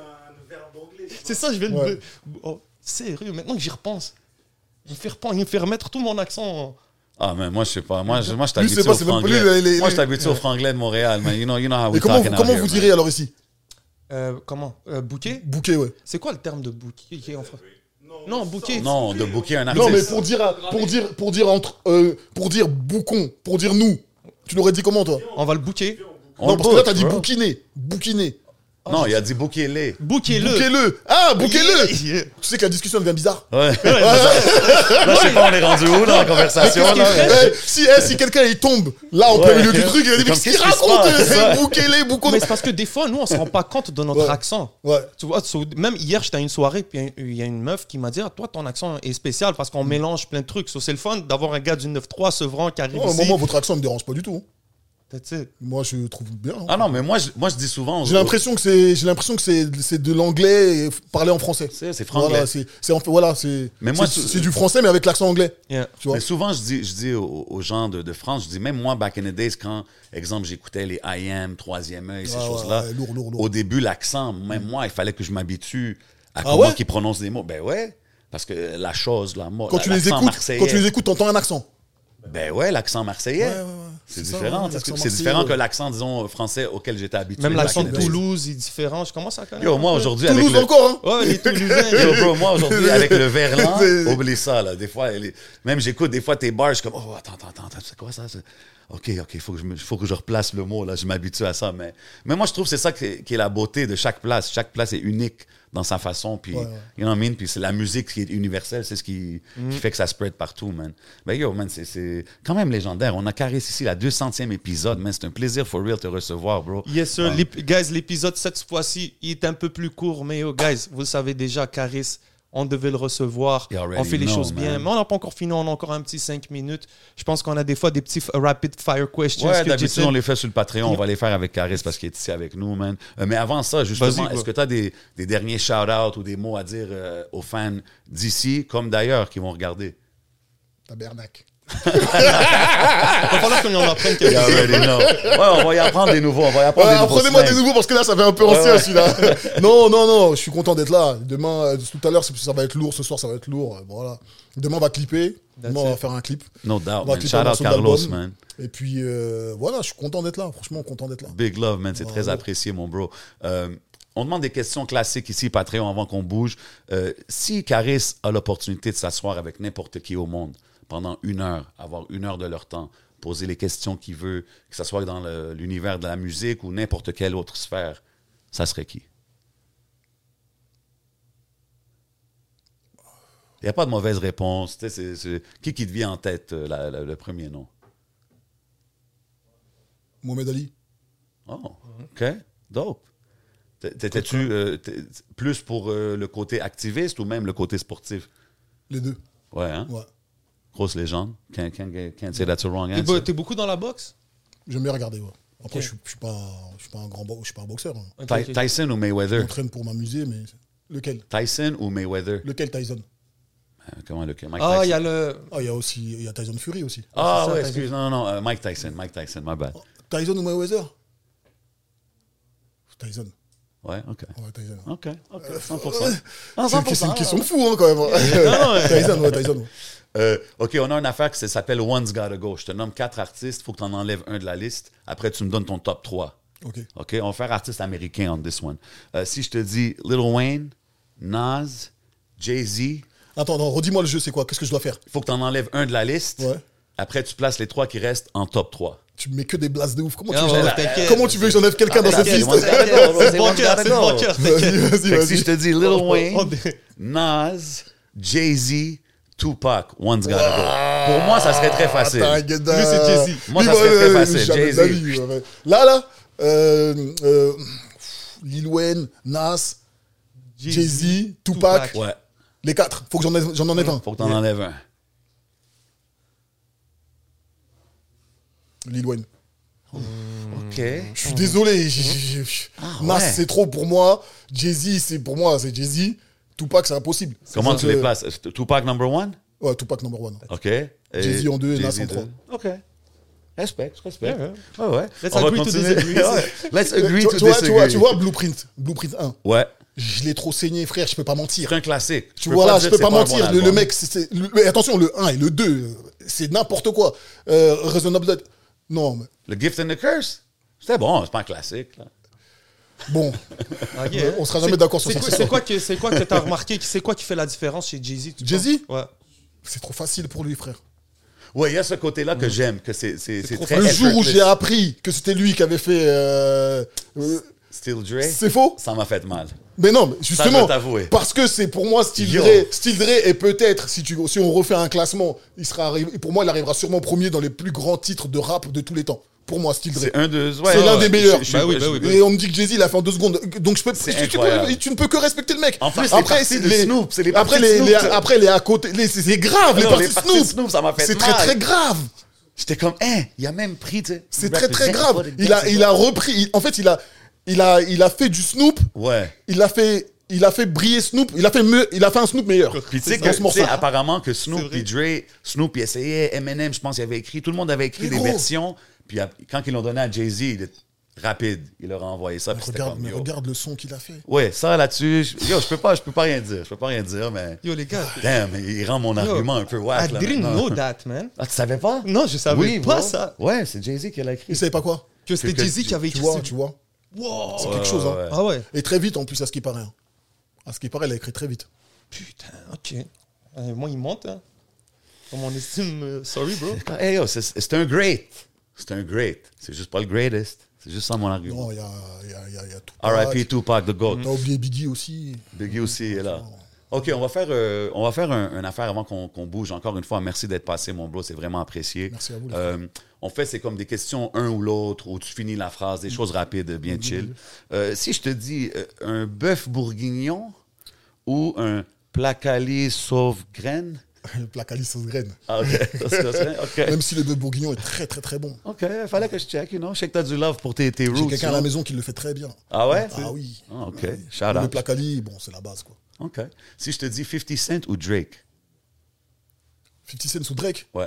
Speaker 5: c'est ça, je viens de...
Speaker 6: Ouais.
Speaker 5: Oh, sérieux, maintenant que j'y repense, il me fait remettre tout mon accent...
Speaker 2: Ah, mais moi, je sais pas. Moi, je
Speaker 6: Lui,
Speaker 2: t'habitue
Speaker 6: c'est pas-
Speaker 2: au
Speaker 6: c'est même pas
Speaker 2: franglais.
Speaker 6: lui,
Speaker 2: Moi, je t'habitue au franglais de Montréal, man. You know how
Speaker 6: Mais
Speaker 2: we talking out
Speaker 6: comment
Speaker 2: here,
Speaker 6: vous
Speaker 2: man.
Speaker 6: direz alors ici?
Speaker 5: Comment Bouquet.
Speaker 6: Bouquet, ouais.
Speaker 5: C'est quoi le terme de bouquet en français? Non, bouquet.
Speaker 2: Non, de booker un artiste.
Speaker 6: Non, mais pour dire boucon, pour dire nous, tu l'aurais dit comment, toi?
Speaker 5: On va le bouquer.
Speaker 2: On
Speaker 6: Non,
Speaker 2: le
Speaker 6: parce que là,
Speaker 2: book,
Speaker 6: t'as dit
Speaker 2: bro.
Speaker 6: bouquiner. Bouquiner.
Speaker 2: Non, il a dit booker-les.
Speaker 5: Bouquez-le.
Speaker 6: Bouquez-le. Ah, bouquez-le.
Speaker 5: Yeah.
Speaker 6: Tu sais que la discussion devient bizarre.
Speaker 2: Ouais. Là, je sais pas, on est rendu où dans la conversation,
Speaker 5: Mais qu'est-ce
Speaker 2: là?
Speaker 5: qu'il fait?
Speaker 6: Si quelqu'un il tombe là en plein milieu du truc, il a dit mais
Speaker 2: Comme
Speaker 6: qu'est-ce qu'il
Speaker 2: qu'est-ce qui se
Speaker 6: raconte?
Speaker 2: passe, c'est ça.
Speaker 6: Bouquez-les, bouquons.
Speaker 5: Mais c'est parce que des fois, nous, on se rend pas compte de notre
Speaker 6: Ouais.
Speaker 5: accent.
Speaker 6: Ouais.
Speaker 5: Tu vois, même hier, j'étais à une soirée, puis il y a une meuf qui m'a dit ah, toi, ton accent est spécial parce qu'on mélange plein de trucs. So, c'est le fun d'avoir un gars du 9-3 Sevran qui arrive
Speaker 6: Oh,
Speaker 5: ici.
Speaker 6: moi, votre accent me dérange pas du tout.
Speaker 5: That's it.
Speaker 6: Moi, je trouve bien.
Speaker 2: Ah non, mais moi, je dis souvent.
Speaker 6: J'ai l'impression que c'est de l'anglais parlé en français.
Speaker 2: C'est franglais.
Speaker 6: Voilà, c'est
Speaker 2: Mais moi,
Speaker 6: c'est du français mais avec l'accent anglais.
Speaker 5: Yeah.
Speaker 6: Tu vois.
Speaker 2: Mais souvent, je dis aux gens de France, je dis, même moi, back in the days, quand, exemple, j'écoutais les IM, Troisième œil, ces
Speaker 6: Ouais,
Speaker 2: choses-là,
Speaker 6: ouais, lourd.
Speaker 2: au début, l'accent, même moi, il fallait que je m'habitue à
Speaker 6: Ah
Speaker 2: comment
Speaker 6: ouais?
Speaker 2: ils prononcent des mots. Ben ouais, parce que la chose, la mot,
Speaker 6: Quand tu les écoutes, t'entends un accent.
Speaker 2: Ben ouais, l'accent marseillais.
Speaker 6: Ouais.
Speaker 2: C'est
Speaker 6: ça,
Speaker 2: différent.
Speaker 6: ouais, l'accent
Speaker 2: C'est
Speaker 6: marseillais,
Speaker 2: différent
Speaker 6: ouais.
Speaker 2: que l'accent, disons, français auquel j'étais habitué.
Speaker 5: Même l'accent de
Speaker 2: back in the days.
Speaker 5: Toulouse est différent. Je commence à connaître.
Speaker 2: Yo, moi,
Speaker 5: un peu.
Speaker 2: aujourd'hui,
Speaker 6: Toulouse
Speaker 2: avec le...
Speaker 6: encore, hein?
Speaker 5: Ouais, les Toulousains.
Speaker 2: Yo, bro, moi, aujourd'hui, avec le verlan,
Speaker 6: C'est-
Speaker 2: oublie ça, là. Des fois, même j'écoute des fois tes bars, je suis comme, oh, attends, c'est quoi ça? OK, faut que je replace le mot, là. Je m'habitue à ça. Mais moi, je trouve que c'est ça qui est la beauté de chaque place. Chaque place est unique dans sa façon. Puis,
Speaker 6: Ouais.
Speaker 2: you know what I mean? Puis c'est la musique qui est universelle. C'est ce qui fait que ça spread partout, man. Ben, yo, man, c'est quand même légendaire. On a Caris ici, la 200e épisode, man. C'est un plaisir for real de te recevoir, bro.
Speaker 5: Yes, sir.
Speaker 2: Ouais.
Speaker 5: Guys, l'épisode cette fois-ci, il est un peu plus court. Mais yo, guys, vous le savez déjà, Caris, on devait le recevoir.
Speaker 2: You already
Speaker 5: On fait les
Speaker 2: know,
Speaker 5: choses bien.
Speaker 2: man.
Speaker 5: Mais on n'a pas encore fini. On a encore un petit 5 minutes. Je pense qu'on a des fois des petits rapid fire questions.
Speaker 2: Ouais,
Speaker 5: que
Speaker 2: d'habitude,
Speaker 5: Jason-
Speaker 2: on les fait sur le Patreon. On va les faire avec Caris parce qu'il est ici avec nous, man. Mais avant ça, justement,
Speaker 5: Vas-y,
Speaker 2: est-ce
Speaker 5: bro.
Speaker 2: que tu as des derniers shout-outs ou des mots à dire aux fans d'ici, comme d'ailleurs, qui vont regarder?
Speaker 6: Tabernacle.
Speaker 5: Il va falloir qu'on en apprenne
Speaker 2: You
Speaker 5: quelques-uns.
Speaker 2: already know. Ouais, on va y apprendre des nouveaux. On va y apprendre des nouveaux
Speaker 6: Apprenez-moi des
Speaker 2: slangs.
Speaker 6: nouveaux parce que là, ça fait un peu ancien celui-là. Non, je suis content d'être là. Demain, tout à l'heure, ça va être lourd. Ce soir, ça va être lourd. Voilà. Demain, on va clipper. Demain, on va faire un clip.
Speaker 2: No doubt,
Speaker 6: On va
Speaker 2: man.
Speaker 6: clipper un
Speaker 2: Shout-out
Speaker 6: morceau
Speaker 2: Carlos,
Speaker 6: d'album.
Speaker 2: man.
Speaker 6: Et puis, voilà, je suis content d'être là. Franchement, content d'être là.
Speaker 2: Big love, man. C'est très
Speaker 6: Bravo.
Speaker 2: apprécié, mon bro. On demande des questions classiques ici, Patreon, avant qu'on bouge. Si Caris a l'opportunité de s'asseoir avec n'importe qui au monde pendant 1 heure, avoir 1 heure de leur temps, poser les questions qu'il veut, que ce soit dans l'univers de la musique ou n'importe quelle autre sphère, ça serait qui? Il n'y a pas de mauvaise réponse. Tu sais, c'est qui te vient en tête, le premier nom?
Speaker 6: Mohamed Ali.
Speaker 2: Oh, OK. Dope. T'étais-tu plus pour le côté activiste ou même le côté sportif?
Speaker 6: Les deux.
Speaker 2: Ouais, hein?
Speaker 6: Ouais.
Speaker 2: Grosse légende. Can't say that's a wrong
Speaker 5: T'es
Speaker 2: answer.
Speaker 5: t'es beaucoup dans la boxe?
Speaker 6: J'aime bien regarder, ouais. Après,
Speaker 5: Ok.
Speaker 6: je suis pas je suis pas un boxeur. Hein.
Speaker 5: Ok, ok.
Speaker 2: Tyson ou
Speaker 6: Je
Speaker 2: Mayweather?
Speaker 6: m'entraîne pour m'amuser, mais lequel?
Speaker 2: Tyson ou Mayweather?
Speaker 6: Lequel Tyson?
Speaker 2: Comment le Mike
Speaker 5: Ah,
Speaker 2: Tyson?
Speaker 5: il y a le.
Speaker 6: Ah, il y a Tyson Fury aussi.
Speaker 2: Ah,
Speaker 5: c'est ça,
Speaker 2: ouais,
Speaker 5: Tyson.
Speaker 2: excuse. Non. Mike Tyson, my bad.
Speaker 6: Tyson ou Mayweather? Tyson.
Speaker 2: Ouais, OK.
Speaker 6: Ouais, Tyson.
Speaker 2: OK, 100%. Ah,
Speaker 6: C'est une question de fou, hein, quand même. Tyson, ouais, Tyson.
Speaker 2: OK, on a une affaire qui s'appelle One's Gotta Go. Je te nomme 4 artistes, il faut que tu en enlèves un de la liste. Après, tu me donnes ton top 3.
Speaker 6: Ok.
Speaker 2: OK, on va faire artiste américain on this one. Si je te dis Lil Wayne, Nas, Jay-Z,
Speaker 6: Attends, redis-moi le jeu, c'est quoi? Qu'est-ce que je dois faire?
Speaker 2: il faut que tu en enlèves un de la liste.
Speaker 6: Ouais.
Speaker 2: Après, tu places les 3 qui restent en top 3.
Speaker 6: Tu me mets que des blasts de ouf. Comment
Speaker 5: Ah,
Speaker 6: tu veux
Speaker 5: ouais,
Speaker 6: que j'enlève-
Speaker 5: t'inquiète.
Speaker 6: Comment tu veux que j'enlève quelqu'un dans cette
Speaker 2: t'inquiète,
Speaker 6: liste?
Speaker 2: moi,
Speaker 5: C'est le banqueur, c'est le banqueur.
Speaker 6: Vas-y, vas-y,
Speaker 2: Fait que si je
Speaker 6: vas-y.
Speaker 2: te dis Lil
Speaker 5: On
Speaker 2: Wayne,
Speaker 5: est-
Speaker 2: Nas, Jay-Z, Tupac, One's Gotta Go. Pour moi, ça serait très facile.
Speaker 6: Attends, Gueda.
Speaker 5: Lui, c'est Jay-Z.
Speaker 2: Moi, ça serait très facile.
Speaker 6: Jamais de la vie,
Speaker 2: Jay-Z.
Speaker 6: ouais. Là, Lil Wayne, Nas, Jay-Z, Tupac.
Speaker 2: Ouais,
Speaker 6: Les 4. Faut que j'en enlève un.
Speaker 2: faut que tu en enlèves un.
Speaker 6: Lil Wayne.
Speaker 2: OK.
Speaker 6: Je suis désolé. Nas,
Speaker 2: ouais.
Speaker 6: c'est trop pour moi. Jay-Z, c'est pour moi, c'est Jay-Z. Tupac, c'est impossible.
Speaker 2: Comment
Speaker 6: Donc,
Speaker 2: tu les places? Tupac number 1?
Speaker 6: Ouais, Tupac number 1.
Speaker 2: OK. Et
Speaker 6: Jay-Z en 2 et Nas
Speaker 2: Jay-Z
Speaker 6: en 3.
Speaker 2: OK. Respect.
Speaker 5: Ouais.
Speaker 2: Ouais.
Speaker 5: Let's
Speaker 2: On va
Speaker 5: agree to
Speaker 2: continuer.
Speaker 5: disagree.
Speaker 2: Ouais. Let's agree to
Speaker 6: Tu vois,
Speaker 2: disagree.
Speaker 6: tu vois Blueprint 1.
Speaker 2: Ouais.
Speaker 6: Je l'ai trop saigné, frère, je peux pas mentir.
Speaker 2: C'est un classique.
Speaker 6: Tu vois là, je
Speaker 2: dire
Speaker 6: peux
Speaker 2: que
Speaker 6: pas
Speaker 2: c'est un
Speaker 6: mentir.
Speaker 2: bon
Speaker 6: Le
Speaker 2: album.
Speaker 6: mec, mais attention, le 1 et le 2, c'est n'importe quoi. Reasonable Doubt. Non, mais
Speaker 2: Le Gift and the Curse? C'était bon, c'est pas un classique. Là.
Speaker 6: bon,
Speaker 5: Ok, hein.
Speaker 6: on sera jamais d'accord sur
Speaker 5: C'est
Speaker 6: ça.
Speaker 5: quoi- C'est quoi que t'as remarqué? C'est quoi qui fait la différence chez Jay-Z? tu
Speaker 6: Jay-Z?
Speaker 5: penses? Ouais.
Speaker 6: c'est trop facile pour lui, frère.
Speaker 2: Ouais, il y a ce côté-là que j'aime, que c'est
Speaker 5: trop
Speaker 2: très
Speaker 6: Le jour où
Speaker 2: effortless.
Speaker 6: j'ai appris que c'était lui qui avait fait.
Speaker 2: Still Dre,
Speaker 6: C'est faux?
Speaker 2: ça m'a fait mal.
Speaker 6: Mais non, mais
Speaker 2: je
Speaker 6: justement,
Speaker 2: dois t'avouer.
Speaker 6: parce que c'est pour moi Still
Speaker 2: Yo.
Speaker 6: Dre. Still Dre, et peut-être, si on refait un classement, pour moi, il arrivera sûrement premier dans les plus grands titres de rap de tous les temps. Pour moi, Still Dre.
Speaker 2: C'est un de...
Speaker 6: C'est l'un des meilleurs.
Speaker 5: Bah oui, bah oui.
Speaker 6: Et on me dit que Jay-Z, il a fait en 2 secondes. Donc
Speaker 2: C'est incroyable.
Speaker 6: tu ne peux que respecter le mec.
Speaker 2: En plus, les parties de Snoop, c'est les parties
Speaker 6: après,
Speaker 2: de Snoop, ça.
Speaker 6: après, les à côté, c'est grave, les
Speaker 2: Non,
Speaker 6: parties
Speaker 2: les
Speaker 6: de
Speaker 2: parties de
Speaker 6: Snoop.
Speaker 2: Snoop, ça m'a fait
Speaker 6: C'est
Speaker 2: mal.
Speaker 6: très, très grave.
Speaker 2: J'étais comme, hein, il a même pris, tu sais.
Speaker 6: C'est très, très grave. Il a repris, en fait, il a fait du Snoop,
Speaker 2: Ouais.
Speaker 6: il a fait briller Snoop, il a fait un Snoop meilleur.
Speaker 2: Puis tu sais,
Speaker 6: Dans ce morceau.
Speaker 2: apparemment que Snoop
Speaker 5: C'est
Speaker 2: et Dre, Snoop il essayait, Eminem, je pense, il avait écrit, tout le monde avait écrit
Speaker 6: Mais
Speaker 2: des
Speaker 6: gros.
Speaker 2: versions. Puis quand ils l'ont donné à Jay-Z, rapide. Il leur a envoyé ça. Puis c'était comme,
Speaker 6: Mais
Speaker 2: yo.
Speaker 6: regarde le son qu'il a fait.
Speaker 2: Ouais, ça là-dessus, je peux pas rien dire. Je peux pas rien dire, mais.
Speaker 5: Yo, les gars,
Speaker 2: Damn, il rend mon argument un peu
Speaker 5: I
Speaker 2: whack là.
Speaker 5: didn't
Speaker 2: maintenant.
Speaker 5: know that, man.
Speaker 2: Ah, tu savais pas?
Speaker 5: Non, je savais
Speaker 2: Oui,
Speaker 5: pas
Speaker 2: bro.
Speaker 5: ça.
Speaker 2: Ouais, c'est Jay-Z qui l'a écrit.
Speaker 6: Il savait pas quoi?
Speaker 5: Que c'était
Speaker 2: Que-
Speaker 5: Jay-Z qui avait
Speaker 6: Tu
Speaker 5: écrit
Speaker 6: vois,
Speaker 5: ça.
Speaker 6: tu vois.
Speaker 5: Wow.
Speaker 6: C'est quelque chose, hein.
Speaker 2: ouais.
Speaker 5: Ah ouais.
Speaker 6: Et très vite, en plus, à ce qui paraît. Hein. À ce qui paraît, il a écrit très vite.
Speaker 5: Putain, ok. Moi, il monte, hein. Comme on estime. Sorry, bro.
Speaker 2: Hey, yo, c'est un great. C'est un great. C'est juste pas le greatest. C'est juste ça mon argument.
Speaker 6: Non, il y a tout.
Speaker 2: R.I.P. Tupac, The GOAT.
Speaker 6: T'as oublié Biggie aussi.
Speaker 2: Biggie aussi est là. OK, on va faire une affaire avant qu'on bouge. Encore une fois, merci d'être passé, mon bro. C'est vraiment apprécié.
Speaker 6: Merci à vous.
Speaker 2: On fait, c'est comme des questions un ou l'autre, où tu finis la phrase, des choses rapides, bien chill. Si je te dis un bœuf bourguignon ou un placali sauve-graine.
Speaker 6: Le placali sauce graine.
Speaker 2: Ah, OK. Ça serait- OK.
Speaker 6: Même si le bœuf bourguignon est très, très, très bon.
Speaker 2: OK, fallait que je check, you know. Je sais que t'as du love pour tes
Speaker 6: J'ai
Speaker 2: roots.
Speaker 6: quelqu'un à
Speaker 2: you
Speaker 6: la
Speaker 2: know.
Speaker 6: maison qui le fait très bien.
Speaker 2: Ah ouais?
Speaker 6: Ah oui.
Speaker 2: Ah, OK.
Speaker 6: Ah oui.
Speaker 2: Shout
Speaker 6: Le
Speaker 2: out.
Speaker 6: placali, bon, c'est la base, quoi.
Speaker 2: OK. Si je te dis 50 Cent ou Drake?
Speaker 6: 50 Cent sous Drake?
Speaker 2: Ouais.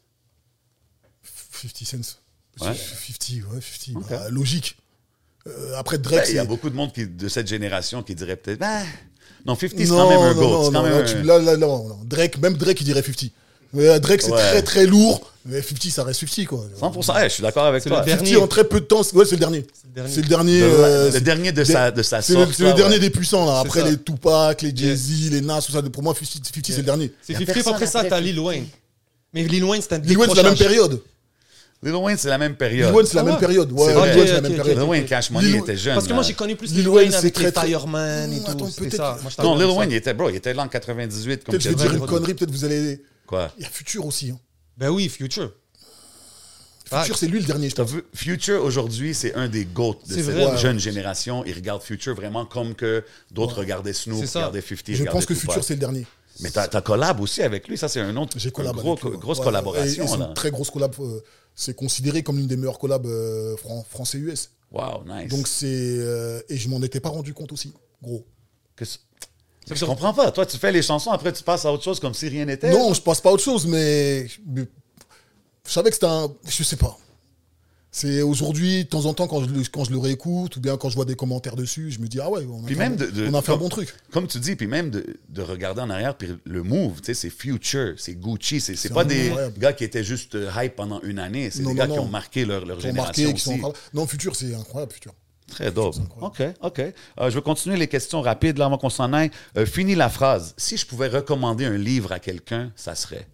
Speaker 6: 50 Cent.
Speaker 2: Ouais.
Speaker 6: 50, ouais, 50.
Speaker 2: Ok.
Speaker 6: Bah, logique. Après Drake,
Speaker 2: Ben, il y a
Speaker 6: c'est...
Speaker 2: beaucoup de monde de cette génération qui dirait peut-être, non, 50 c'est quand même un GOAT. C'est quand même un-
Speaker 6: non. Drake, même Drake, il dirait 50. Mais Drake, c'est
Speaker 2: Ouais.
Speaker 6: très, très lourd. Mais 50, ça reste 50, quoi.
Speaker 2: 100%. Ouais, je suis d'accord avec
Speaker 5: C'est
Speaker 2: toi.
Speaker 5: le dernier.
Speaker 6: 50, en très peu de temps, ouais, c'est le dernier. C'est le dernier.
Speaker 2: Le dernier de sa
Speaker 6: C'est
Speaker 2: sorte.
Speaker 6: c'est le
Speaker 2: là,
Speaker 6: dernier
Speaker 2: ouais.
Speaker 6: des puissants, là.
Speaker 5: C'est
Speaker 6: Après
Speaker 5: ça.
Speaker 6: les Tupac, les Jay-Z, les Nas, tout ça. Pour moi, 50, c'est le dernier.
Speaker 5: C'est
Speaker 2: Y a
Speaker 5: 50,
Speaker 2: personne
Speaker 5: après ça,
Speaker 2: après
Speaker 5: t'as Lil Wayne. Mais Lil Wayne, c'est un
Speaker 6: Lil Wayne, c'est la même
Speaker 5: décrochage.
Speaker 6: période.
Speaker 2: Lil Wayne, c'est la même période.
Speaker 6: Lil Wayne, c'est la
Speaker 5: Ah
Speaker 6: même
Speaker 5: ouais.
Speaker 6: période. Ouais,
Speaker 2: C'est
Speaker 6: Lil
Speaker 2: vrai.
Speaker 6: Wayne, c'est la
Speaker 5: Ok,
Speaker 6: même
Speaker 5: ok,
Speaker 6: période.
Speaker 2: Lil Wayne, Cash Money,
Speaker 6: Lil-
Speaker 2: il était jeune.
Speaker 5: Parce que moi,
Speaker 2: là.
Speaker 5: j'ai connu plus
Speaker 6: Lil
Speaker 5: Lil
Speaker 6: Wayne,
Speaker 5: Wayne
Speaker 6: c'est
Speaker 5: avec
Speaker 6: très,
Speaker 5: les
Speaker 6: très-
Speaker 5: Fireman et
Speaker 6: Attends,
Speaker 5: tout. C'était
Speaker 6: peut-être-
Speaker 5: ça. Moi, je
Speaker 2: Non,
Speaker 5: t'avais
Speaker 2: Lil
Speaker 5: dit
Speaker 2: Wayne,
Speaker 5: ça.
Speaker 2: il était là en 98. Comme
Speaker 6: Peut-être je
Speaker 2: tu
Speaker 6: vais
Speaker 2: as
Speaker 6: dire
Speaker 2: dit.
Speaker 6: une connerie, peut-être vous allez.
Speaker 2: Quoi?
Speaker 6: Il y a Future aussi. Hein.
Speaker 5: Ben oui, Future.
Speaker 6: Future, c'est lui le dernier, je
Speaker 2: T'as
Speaker 6: pense.
Speaker 2: vu, Future, aujourd'hui, c'est un des GOAT de
Speaker 5: C'est
Speaker 2: cette
Speaker 5: vrai.
Speaker 2: jeune génération. Ils regardent Future vraiment comme que d'autres regardaient Snoop,
Speaker 5: C'est ça.
Speaker 2: regardaient 50,
Speaker 6: Je pense que
Speaker 2: regardaient Tupac.
Speaker 6: Future, c'est le dernier.
Speaker 2: Mais t'as collab aussi avec lui. Ça, c'est un autre
Speaker 6: J'ai collab
Speaker 2: gros,
Speaker 6: avec lui, ouais.
Speaker 2: grosse
Speaker 6: Ouais,
Speaker 2: collaboration.
Speaker 6: et c'est
Speaker 2: là.
Speaker 6: une très grosse collab. C'est considéré comme l'une des meilleures collabs français-US.
Speaker 2: Wow, nice.
Speaker 6: Donc c'est. Et je m'en étais pas rendu compte aussi. Gros.
Speaker 2: Je comprends pas. Toi, tu fais les chansons, après tu passes à autre chose comme si rien n'était.
Speaker 6: Non, je passe pas à autre chose, mais je savais que c'était un. Je sais pas. C'est aujourd'hui, de temps en temps, quand je le réécoute, ou bien quand je vois des commentaires dessus, je me dis, ah ouais, on a
Speaker 2: Puis
Speaker 6: fait,
Speaker 2: même
Speaker 6: on a fait un bon truc.
Speaker 2: Comme tu dis, puis même de regarder en arrière, puis le move, tu sais, c'est Future, c'est Gucci, c'est pas des
Speaker 6: incroyable.
Speaker 2: gars qui étaient juste hype pendant une année, c'est
Speaker 6: Non,
Speaker 2: des
Speaker 6: non,
Speaker 2: gars qui
Speaker 6: non.
Speaker 2: ont marqué leur
Speaker 6: Qui ont
Speaker 2: génération
Speaker 6: marqué, qui sont
Speaker 2: aussi.
Speaker 6: encore là. Non, Future, c'est incroyable, Future.
Speaker 2: Très dope.
Speaker 6: c'est incroyable.
Speaker 2: OK. Je vais continuer les questions rapides là, avant qu'on s'en aille. Fini la phrase. Si je pouvais recommander un livre à quelqu'un, ça serait.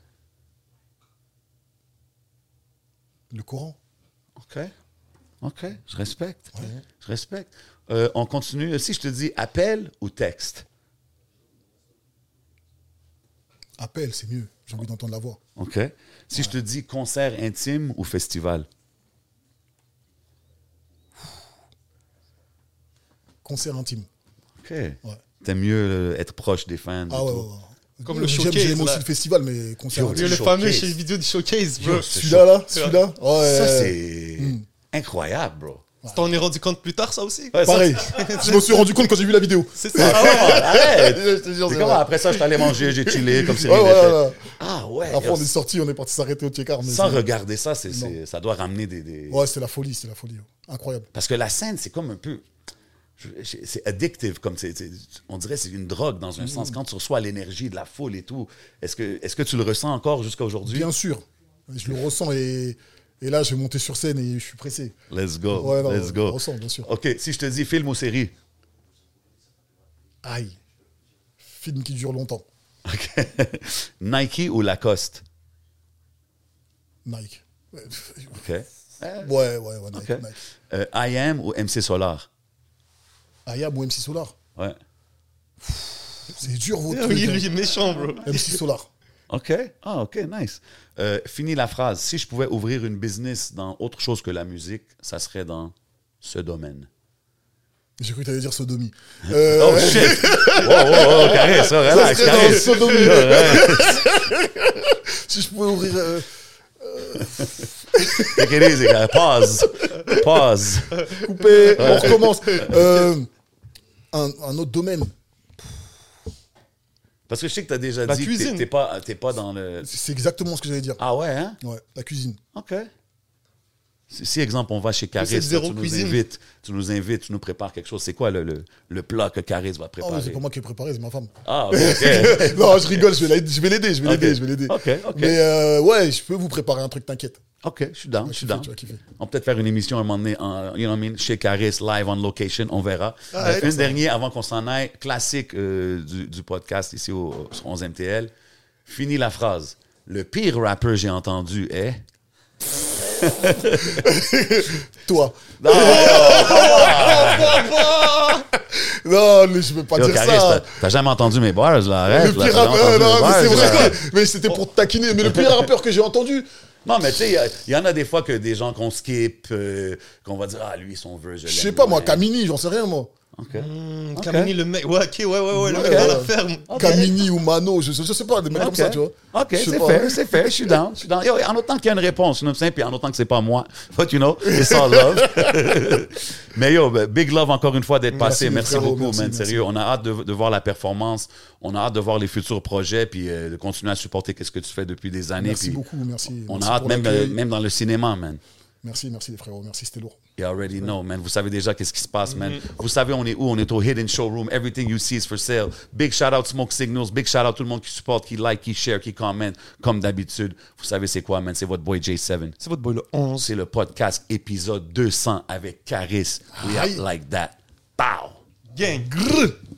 Speaker 6: Le Coran.
Speaker 2: OK. Je respecte. Je respecte. On continue. Si je te dis appel ou texte.
Speaker 6: Appel, c'est mieux. J'ai envie d'entendre la voix.
Speaker 2: OK. Si je te dis concert intime ou festival.
Speaker 6: Concert intime.
Speaker 2: OK. T'aimes mieux être proche des fans.
Speaker 6: Ah
Speaker 2: et
Speaker 6: ouais,
Speaker 2: tout.
Speaker 6: ouais.
Speaker 5: Comme le
Speaker 6: J'aime-
Speaker 5: showcase,
Speaker 6: J'aime aussi
Speaker 5: là.
Speaker 6: le festival, mais concert
Speaker 2: Yo,
Speaker 6: intime.
Speaker 5: Le
Speaker 2: Showcase.
Speaker 5: fameux chez vidéo du showcase, bro.
Speaker 6: Celui-là. Ouais.
Speaker 2: Ça, c'est incroyable, bro.
Speaker 5: Tu t'en es rendu compte plus tard, ça aussi?
Speaker 2: Ouais, ça,
Speaker 6: Pareil. Je me suis rendu compte quand j'ai vu la vidéo.
Speaker 5: C'est ça.
Speaker 2: Ah ouais, arrête!
Speaker 6: Je te jure,
Speaker 2: C'est
Speaker 6: c'est
Speaker 2: comme
Speaker 6: vrai.
Speaker 2: après ça, je suis allé manger, j'ai chillé, comme si
Speaker 6: Ouais,
Speaker 2: rien
Speaker 6: ouais,
Speaker 2: n'était.
Speaker 6: ouais.
Speaker 2: Ah ouais!
Speaker 6: Après, on est sorti, on est parti s'arrêter au Tchekar.
Speaker 2: Sans regarder ça, ça doit ramener des...
Speaker 6: Ouais, c'est la folie. Incroyable.
Speaker 2: Parce que la scène, c'est comme un peu... C'est addictive, comme on dirait que c'est une drogue dans un sens. Quand tu reçois l'énergie de la foule et tout, est-ce que tu le ressens encore jusqu'à aujourd'hui?
Speaker 6: Bien sûr. Je le ressens et là, je vais monter sur scène et je suis pressé.
Speaker 2: Let's go,
Speaker 6: Ouais, non,
Speaker 2: let's
Speaker 6: je
Speaker 2: go.
Speaker 6: le ressens, bien sûr.
Speaker 2: OK, si je te dis film ou série?
Speaker 6: Aïe. Film qui dure longtemps.
Speaker 2: OK. Nike ou Lacoste?
Speaker 6: Nike.
Speaker 2: OK.
Speaker 6: Ouais, Nike.
Speaker 2: OK.
Speaker 6: Nike.
Speaker 2: I Am ou MC Solar?
Speaker 6: Ayam ou MC Solar.
Speaker 2: Ouais.
Speaker 6: C'est dur, votre
Speaker 5: Oui,
Speaker 6: truc.
Speaker 5: lui, il est méchant, bro.
Speaker 6: MC Solar.
Speaker 2: OK. Ah, OK, nice. Fini la phrase. Si je pouvais ouvrir une business dans autre chose que la musique, ça serait dans ce domaine.
Speaker 6: J'ai cru que tu allais dire sodomie.
Speaker 2: Oh shit! Oh, carré, ça, relax,
Speaker 6: serait
Speaker 2: carré.
Speaker 6: dans sodomie. Si je pouvais ouvrir.
Speaker 2: Take it easy, guys. Pause.
Speaker 6: Couper, on recommence. Un autre domaine.
Speaker 2: Parce que je sais que tu as déjà
Speaker 5: La
Speaker 2: dit
Speaker 5: cuisine.
Speaker 2: que t'es pas dans le...
Speaker 6: C'est exactement ce que j'allais dire.
Speaker 2: Ah ouais, hein?
Speaker 6: Ouais, la cuisine.
Speaker 2: OK. Si, exemple, on va chez Caris,
Speaker 5: c'est zéro
Speaker 2: tu nous
Speaker 5: cuisine.
Speaker 2: invites, tu nous prépares quelque chose. C'est quoi le plat que Caris va
Speaker 6: Oh,
Speaker 2: préparer?
Speaker 6: c'est pas moi qui ai préparé, c'est ma femme.
Speaker 2: Ah, ok.
Speaker 6: Non, je rigole, je vais l'aider.
Speaker 2: Ok.
Speaker 6: Mais ouais, je peux vous préparer un truc, t'inquiète.
Speaker 2: OK, je suis down, je suis down.
Speaker 6: Tu vas kiffer.
Speaker 2: On peut peut-être faire une émission un moment donné, you know what I mean, chez Caris, live on location, on verra.
Speaker 5: Ouais,
Speaker 2: Une dernière avant qu'on s'en aille, classique du podcast ici sur 11 MTL. Fini la phrase. Le pire rappeur que j'ai entendu est...
Speaker 6: Toi.
Speaker 2: Non,
Speaker 6: Non, mais je peux pas
Speaker 2: yo,
Speaker 6: dire
Speaker 2: Caris,
Speaker 6: ça.
Speaker 2: t'as jamais entendu mes bars, là, arrête.
Speaker 6: Le
Speaker 2: là,
Speaker 6: pire
Speaker 2: t'as jamais
Speaker 6: rappeur,
Speaker 2: entendu
Speaker 6: non,
Speaker 2: mes
Speaker 6: mais c'est
Speaker 2: bars, là.
Speaker 6: vrai. Mais c'était pour te taquiner. Mais le pire rappeur que j'ai entendu,
Speaker 2: Non, mais tu sais, il y en a des fois que des gens qu'on skip, qu'on va dire, ah, lui, son verse,
Speaker 6: je sais pas moi, Kamini, j'en sais rien moi.
Speaker 2: OK.
Speaker 5: Kamini, le mec. Ouais, ok, ouais, le
Speaker 6: Ouais,
Speaker 5: mec dans la
Speaker 6: ouais.
Speaker 5: ferme.
Speaker 6: Kamini ou Mano, je sais pas, des mecs comme ça, tu vois.
Speaker 2: OK,
Speaker 6: Je sais
Speaker 2: c'est
Speaker 6: pas.
Speaker 2: fair, c'est fair. Je suis down. Yo, en autant qu'il y a une réponse, you know what I'm saying, puis en autant que c'est pas moi. But you know, it's all love. Mais yo, big love encore une fois d'être passé.
Speaker 6: les
Speaker 2: Merci
Speaker 6: frérots,
Speaker 2: beaucoup,
Speaker 6: merci,
Speaker 2: man.
Speaker 6: merci.
Speaker 2: Sérieux, on a hâte de voir la performance. On a hâte de voir les futurs projets, puis de continuer à supporter ce que tu fais depuis des années.
Speaker 6: Merci
Speaker 2: puis
Speaker 6: beaucoup, merci.
Speaker 2: On
Speaker 6: Merci
Speaker 2: a hâte
Speaker 6: pour
Speaker 2: même,
Speaker 6: l'accueil.
Speaker 2: même dans le cinéma, man.
Speaker 6: Merci les frérots, merci, c'était lourd.
Speaker 2: You already know, man. Vous savez déjà qu'est-ce qui se passe, man. Vous savez on est où? On est au Hidden Showroom. Everything you see is for sale. Big shout out Smoke Signals. Big shout out tout le monde qui supporte, qui like, qui share, qui comment, comme d'habitude. Vous savez c'est quoi, man? C'est votre boy J7.
Speaker 5: C'est votre boy le 11.
Speaker 2: C'est le podcast épisode 200 avec Caris. We are like that. Pow!
Speaker 5: Gang.
Speaker 6: Grrr.